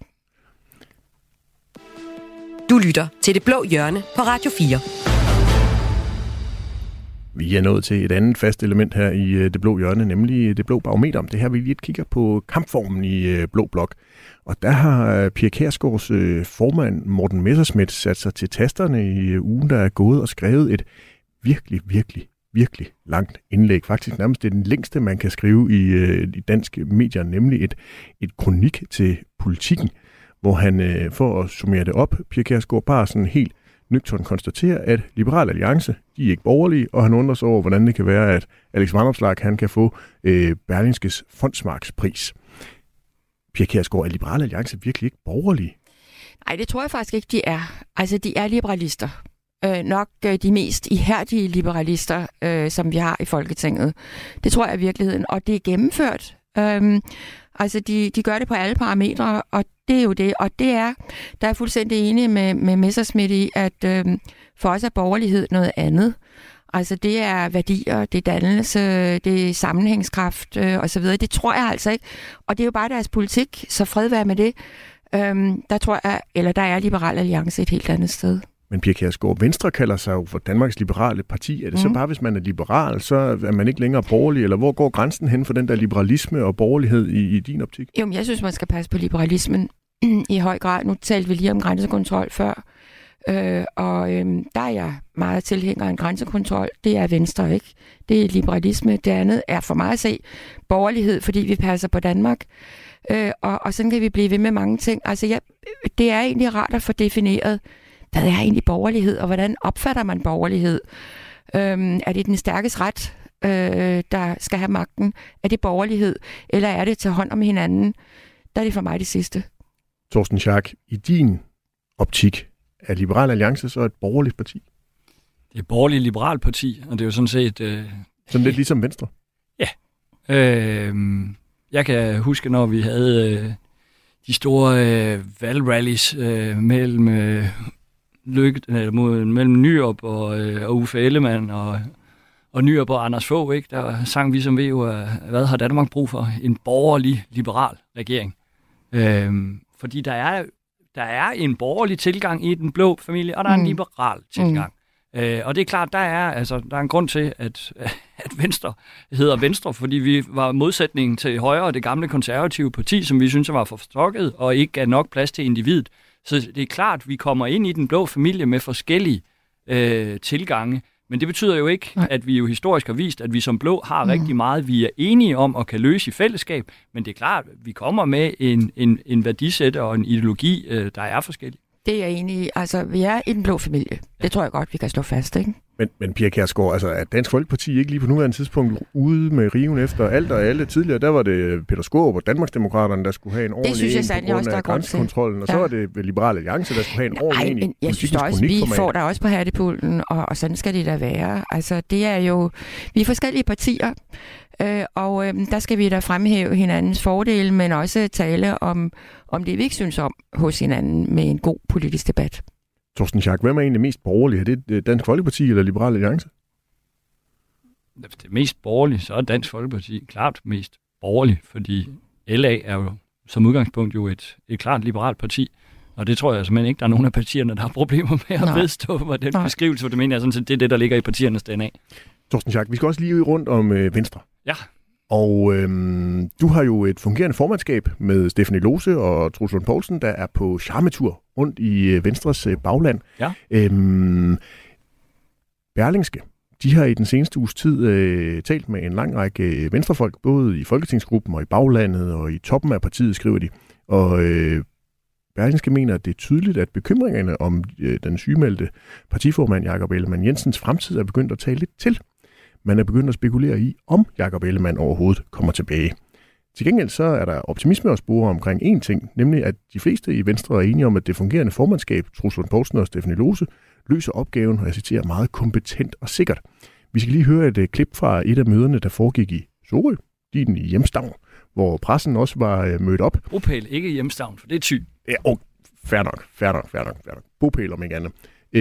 Du lytter til Det Blå Hjørne på Radio fire. Vi er nået til et andet fast element her i Det Blå Hjørne, nemlig Det Blå Barometer. Det her vi lige kigger på kampformen i Blå Blok. Og der har Pia Kjærsgaards formand Morten Messerschmidt sat sig til tasterne i ugen, der er gået og skrevet et virkelig, virkelig, virkelig langt indlæg. Faktisk nærmest det den længste, man kan skrive i, i danske medier, nemlig et, et kronik til Politikken, hvor han, for at summere det op, Pia Kjærsgaard bare sådan helt nøgternt konstaterer, at Liberal Alliance, de er ikke borgerlige, og han undrer sig over, hvordan det kan være, at Alex Vanopslagh, han kan få øh, Berlingskes Fondsmarkspris. Pia Kjærsgaard, er Liberal Alliance virkelig ikke borgerlige? Nej, det tror jeg faktisk ikke, de er. Altså, de er liberalister. Øh, nok øh, de mest ihærdige liberalister, øh, som vi har i Folketinget. Det tror jeg er virkeligheden, og det er gennemført. Øhm, altså, de, de gør det på alle parametre, og det er jo det. Og det er, der er fuldstændig enig med, med Messerschmidt i, at øh, for os er borgerlighed noget andet. Altså, det er værdier, det er dannelse, det er sammenhængskraft øh, osv. Det tror jeg altså ikke. Og det er jo bare deres politik, så fred være med det. Øhm, der tror jeg, eller der er Liberal Alliance et helt andet sted. Men Pia Kjærsgaard, Venstre kalder sig jo for Danmarks Liberale Parti. Er det mm. så bare, hvis man er liberal, så er man ikke længere borgerlig? Eller hvor går grænsen hen for den der liberalisme og borgerlighed i, i din optik? Jo, men jeg synes, man skal passe på liberalismen i høj grad. Nu talte vi lige om grænsekontrol før. Øh, og øh, der er jeg meget tilhænger af en grænsekontrol. Det er Venstre, ikke? Det er liberalisme. Det andet er for mig at se borgerlighed, fordi vi passer på Danmark. Øh, og, og sådan kan vi blive ved med mange ting. Altså, ja, det er egentlig rart at få defineret, hvad er egentlig borgerlighed, og hvordan opfatter man borgerlighed? Øhm, er det den stærkes ret, øh, der skal have magten? Er det borgerlighed, eller er det til hånd om hinanden? Der er det for mig det sidste. Torsten Schack, i din optik, er Liberal Alliance så et borgerligt parti? Det er et borgerligt liberalt parti, og det er jo sådan set... Øh, sådan lidt ligesom Venstre? Ja. Øh, jeg kan huske, når vi havde øh, de store øh, valgrallies øh, mellem... Øh, Lykke, eller mod, mellem Nyrup og, øh, og Uffe Ellemann og, og Nyrup og Anders Fogh, ikke? Der sang vi som ved jo, hvad har Danmark brug for? En borgerlig, liberal regering. Øhm, fordi der er, der er en borgerlig tilgang i den blå familie, og der er en liberal tilgang. Mm. Øh, og det er klart, der er, altså, der er en grund til, at, at Venstre hedder Venstre, fordi vi var modsætningen til Højre og det gamle konservative parti, som vi synes var for stokket og ikke gav nok plads til individet. Så det er klart, at vi kommer ind i den blå familie med forskellige øh, tilgange, men det betyder jo ikke, Nej. at vi jo historisk har vist, at vi som blå har mm. rigtig meget, vi er enige om og kan løse i fællesskab, men det er klart, at vi kommer med en, en, en værdisæt og en ideologi, øh, der er forskellig. Det er jeg enig i. Altså, vi er i den blå familie. Det tror jeg godt, vi kan slå fast, ikke? Men, men Pia Kjærsgaard, altså er Dansk Folkeparti ikke lige på nuværende tidspunkt ude med riven efter alt og alle? Tidligere, der var det Peter Skaarup og Danmarksdemokraterne, der skulle have en ordentlig en på grund af grænsekontrollen, og så ja. var det Liberale Alliance, der skulle have en ordentlig en. Jeg synes også, vi får der også på hattepulten, og, og sådan skal det da være. Altså, det er jo... Vi er forskellige partier, øh, og øh, der skal vi da fremhæve hinandens fordele, men også tale om, om det, vi ikke synes om hos hinanden med en god politisk debat. Torsten Schack, hvem er egentlig mest borgerlig? Er det Dansk Folkeparti eller Liberale Alliance? Det mest borgerlige, så er Dansk Folkeparti klart mest borgerlig, fordi L A er jo som udgangspunkt jo et, et klart liberalt parti, og det tror jeg simpelthen ikke, der er nogen af partierne, der har problemer med at Nej. vedstå med den Nej. beskrivelse, for det mener jeg sådan set, det er det, der ligger i partiernes D N A. Torsten Schack, vi skal også lige rundt om øh, Venstre. Ja. Og øhm, du har jo et fungerende formandskab med Stephanie Lose og Troels Lund Poulsen, der er på charmetur rundt i øh, Venstres øh, bagland. Ja. Øhm, Berlingske, de har i den seneste uges tid øh, talt med en lang række venstrefolk, både i Folketingsgruppen og i baglandet og i toppen af partiet, skriver de. Og øh, Berlingske mener, at det er tydeligt, at bekymringerne om øh, den sygemeldte partiformand Jakob Ellemann-Jensens fremtid er begyndt at tale lidt til. Man er begyndt at spekulere i, om Jakob Ellemann overhovedet kommer tilbage. Til gengæld så er der optimisme og spore omkring én ting, nemlig at de fleste i Venstre er enige om, at det fungerende formandskab, Troels Lund Poulsen og Stephanie Lose, løser opgaven, og jeg citerer, meget kompetent og sikkert. Vi skal lige høre et uh, klip fra et af møderne, der foregik i Sorø, din i Hjemstavn, hvor pressen også var uh, mødt op. Bopæl, ikke Hjemstavn, for det er Thy. Ja, og fair nok, fair nok, fair nok, fair nok. Bopæl om ikke andet.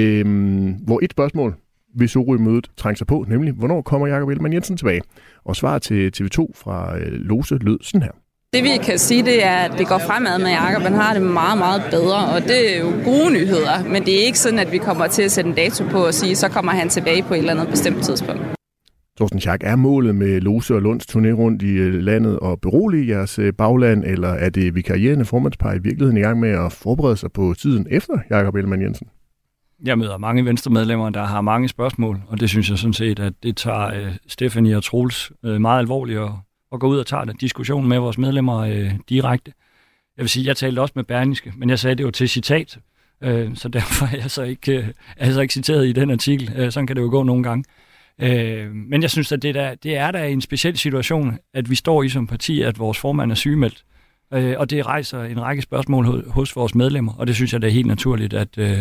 Øhm, hvor et spørgsmål ved Sorø-mødet trængte sig på, nemlig, hvornår kommer Jakob Ellemann-Jensen tilbage? Og svaret til T V to fra uh, Lose lød sådan her. Det vi kan sige, det er, at det går fremad med Jakob. Han har det meget, meget bedre, og det er jo gode nyheder. Men det er ikke sådan, at vi kommer til at sætte en dato på og sige, så kommer han tilbage på et eller andet bestemt tidspunkt. Torsten Schack, er målet med Lose og Lunds turné rundt i landet og berolige jeres bagland, eller er det vikarierende formandspar i virkeligheden i gang med at forberede sig på tiden efter Jakob Ellemann-Jensen? Jeg møder mange venstremedlemmer, der har mange spørgsmål, og det synes jeg sådan set, at det tager øh, Stephanie og Troels øh, meget alvorligt og, og går ud og tager den diskussion med vores medlemmer øh, direkte. Jeg vil sige, jeg talte også med Berlingske, men jeg sagde det jo til citat, øh, så derfor er jeg så ikke, øh, er så ikke citeret i den artikel. Øh, sådan kan det jo gå nogle gange. Øh, men jeg synes, at det, der, det er da en speciel situation, at vi står i som parti, at vores formand er sygemeldt. Øh, og det rejser en række spørgsmål hos, hos vores medlemmer, og det synes jeg, det er helt naturligt, at... Øh,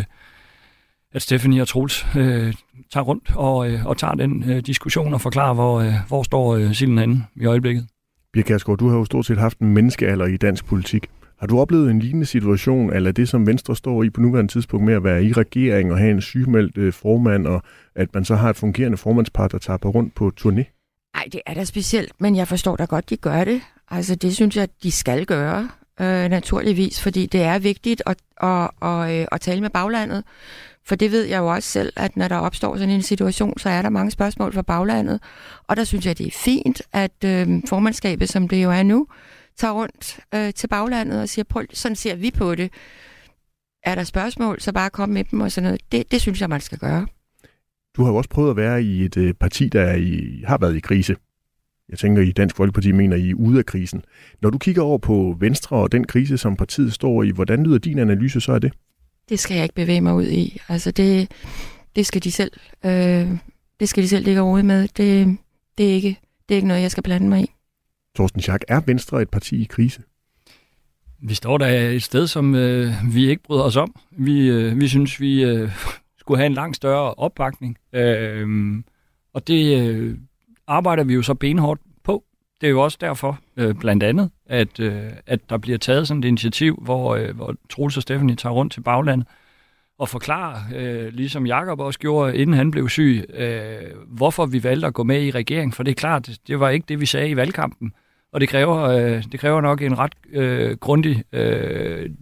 at Stephanie og Troels øh, tager rundt og, øh, og tager den øh, diskussion og forklarer, hvor, øh, hvor står øh, silden henne i øjeblikket. Pia Kjærsgaard, du har jo stort set haft en menneskealder i dansk politik. Har du oplevet en lignende situation, eller det, som Venstre står i på nuværende tidspunkt med at være i regering og have en sygemeldt øh, formand, og at man så har et fungerende formandspar, der tager på rundt på turné? Nej, det er da specielt, men jeg forstår da godt, de gør det. Altså, det synes jeg, de skal gøre, øh, naturligvis, fordi det er vigtigt at, at, at, at tale med baglandet. For det ved jeg jo også selv, at når der opstår sådan en situation, så er der mange spørgsmål fra baglandet. Og der synes jeg, det er fint, at øh, formandskabet, som det jo er nu, tager rundt øh, til baglandet og siger, prøv, sådan ser vi på det. Er der spørgsmål, så bare kom med dem og sådan noget. Det, det synes jeg, man skal gøre. Du har jo også prøvet at være i et øh, parti, der er i, har været i krise. Jeg tænker, I Dansk Folkeparti mener, I er ude af krisen. Når du kigger over på Venstre og den krise, som partiet står i, hvordan lyder din analyse så af det? Det skal jeg ikke bevæge mig ud i. Altså det, det skal de selv, øh, det skal de selv ligge ude med. Det, det er ikke, det er ikke noget, jeg skal blande mig i. Torsten Schack, er Venstre et parti i krise? Vi står der et sted, som øh, vi ikke bryder os om. Vi, øh, vi synes, vi øh, skulle have en langt større opbakning. Øh, og det øh, arbejder vi jo så benhårdt på. Det er jo også derfor, øh, blandt andet, at, øh, at der bliver taget sådan et initiativ, hvor, øh, hvor Troels og Stephanie tager rundt til baglandet og forklarer, øh, ligesom Jakob også gjorde, inden han blev syg, øh, hvorfor vi valgte at gå med i regeringen. For det er klart, det, det var ikke det, vi sagde i valgkampen. Og det kræver, øh, det kræver nok en ret øh, grundig øh,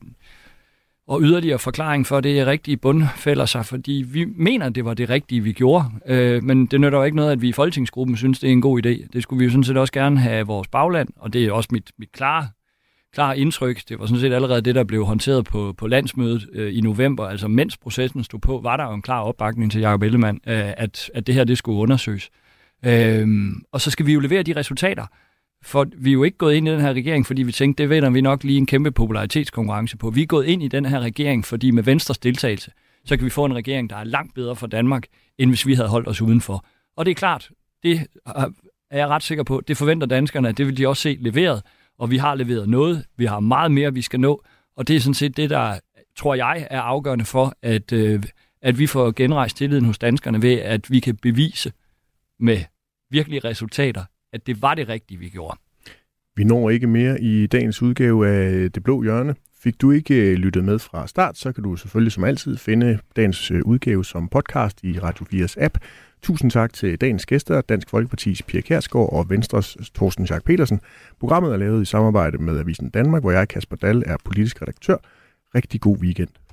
og yderligere forklaring for, at det rigtige bundfælder sig, fordi vi mener, det var det rigtige, vi gjorde. Øh, men det nytter jo ikke noget, at vi i Folketingsgruppen synes, det er en god idé. Det skulle vi jo sådan set også gerne have vores bagland, og det er også mit, mit klare, klare indtryk. Det var sådan set allerede det, der blev håndteret på, på landsmødet øh, i november. Altså mens processen stod på, var der jo en klar opbakning til Jakob Ellemann, øh, at, at det her det skulle undersøges. Øh, og så skal vi jo levere de resultater. For vi er jo ikke gået ind i den her regering, fordi vi tænkte, det vinder vi nok lige en kæmpe popularitetskonkurrence på. Vi er gået ind i den her regering, fordi med Venstres deltagelse, så kan vi få en regering, der er langt bedre for Danmark, end hvis vi havde holdt os udenfor. Og det er klart, det er jeg ret sikker på, det forventer danskerne, at det vil de også se leveret, og vi har leveret noget. Vi har meget mere, vi skal nå, og det er sådan set det, der, tror jeg, er afgørende for, at, øh, at vi får genrejst tilliden hos danskerne ved, at vi kan bevise med virkelige resultater, at det var det rigtige, vi gjorde. Vi når ikke mere i dagens udgave af Det Blå Hjørne. Fik du ikke lyttet med fra start, så kan du selvfølgelig som altid finde dagens udgave som podcast i Radio fires app. Tusind tak til dagens gæster, Dansk Folkepartis Pia Kjærsgaard og Venstres Torsten Schack Petersen. Programmet er lavet i samarbejde med Avisen Danmark, hvor jeg, Kasper Dahl, er politisk redaktør. Rigtig god weekend.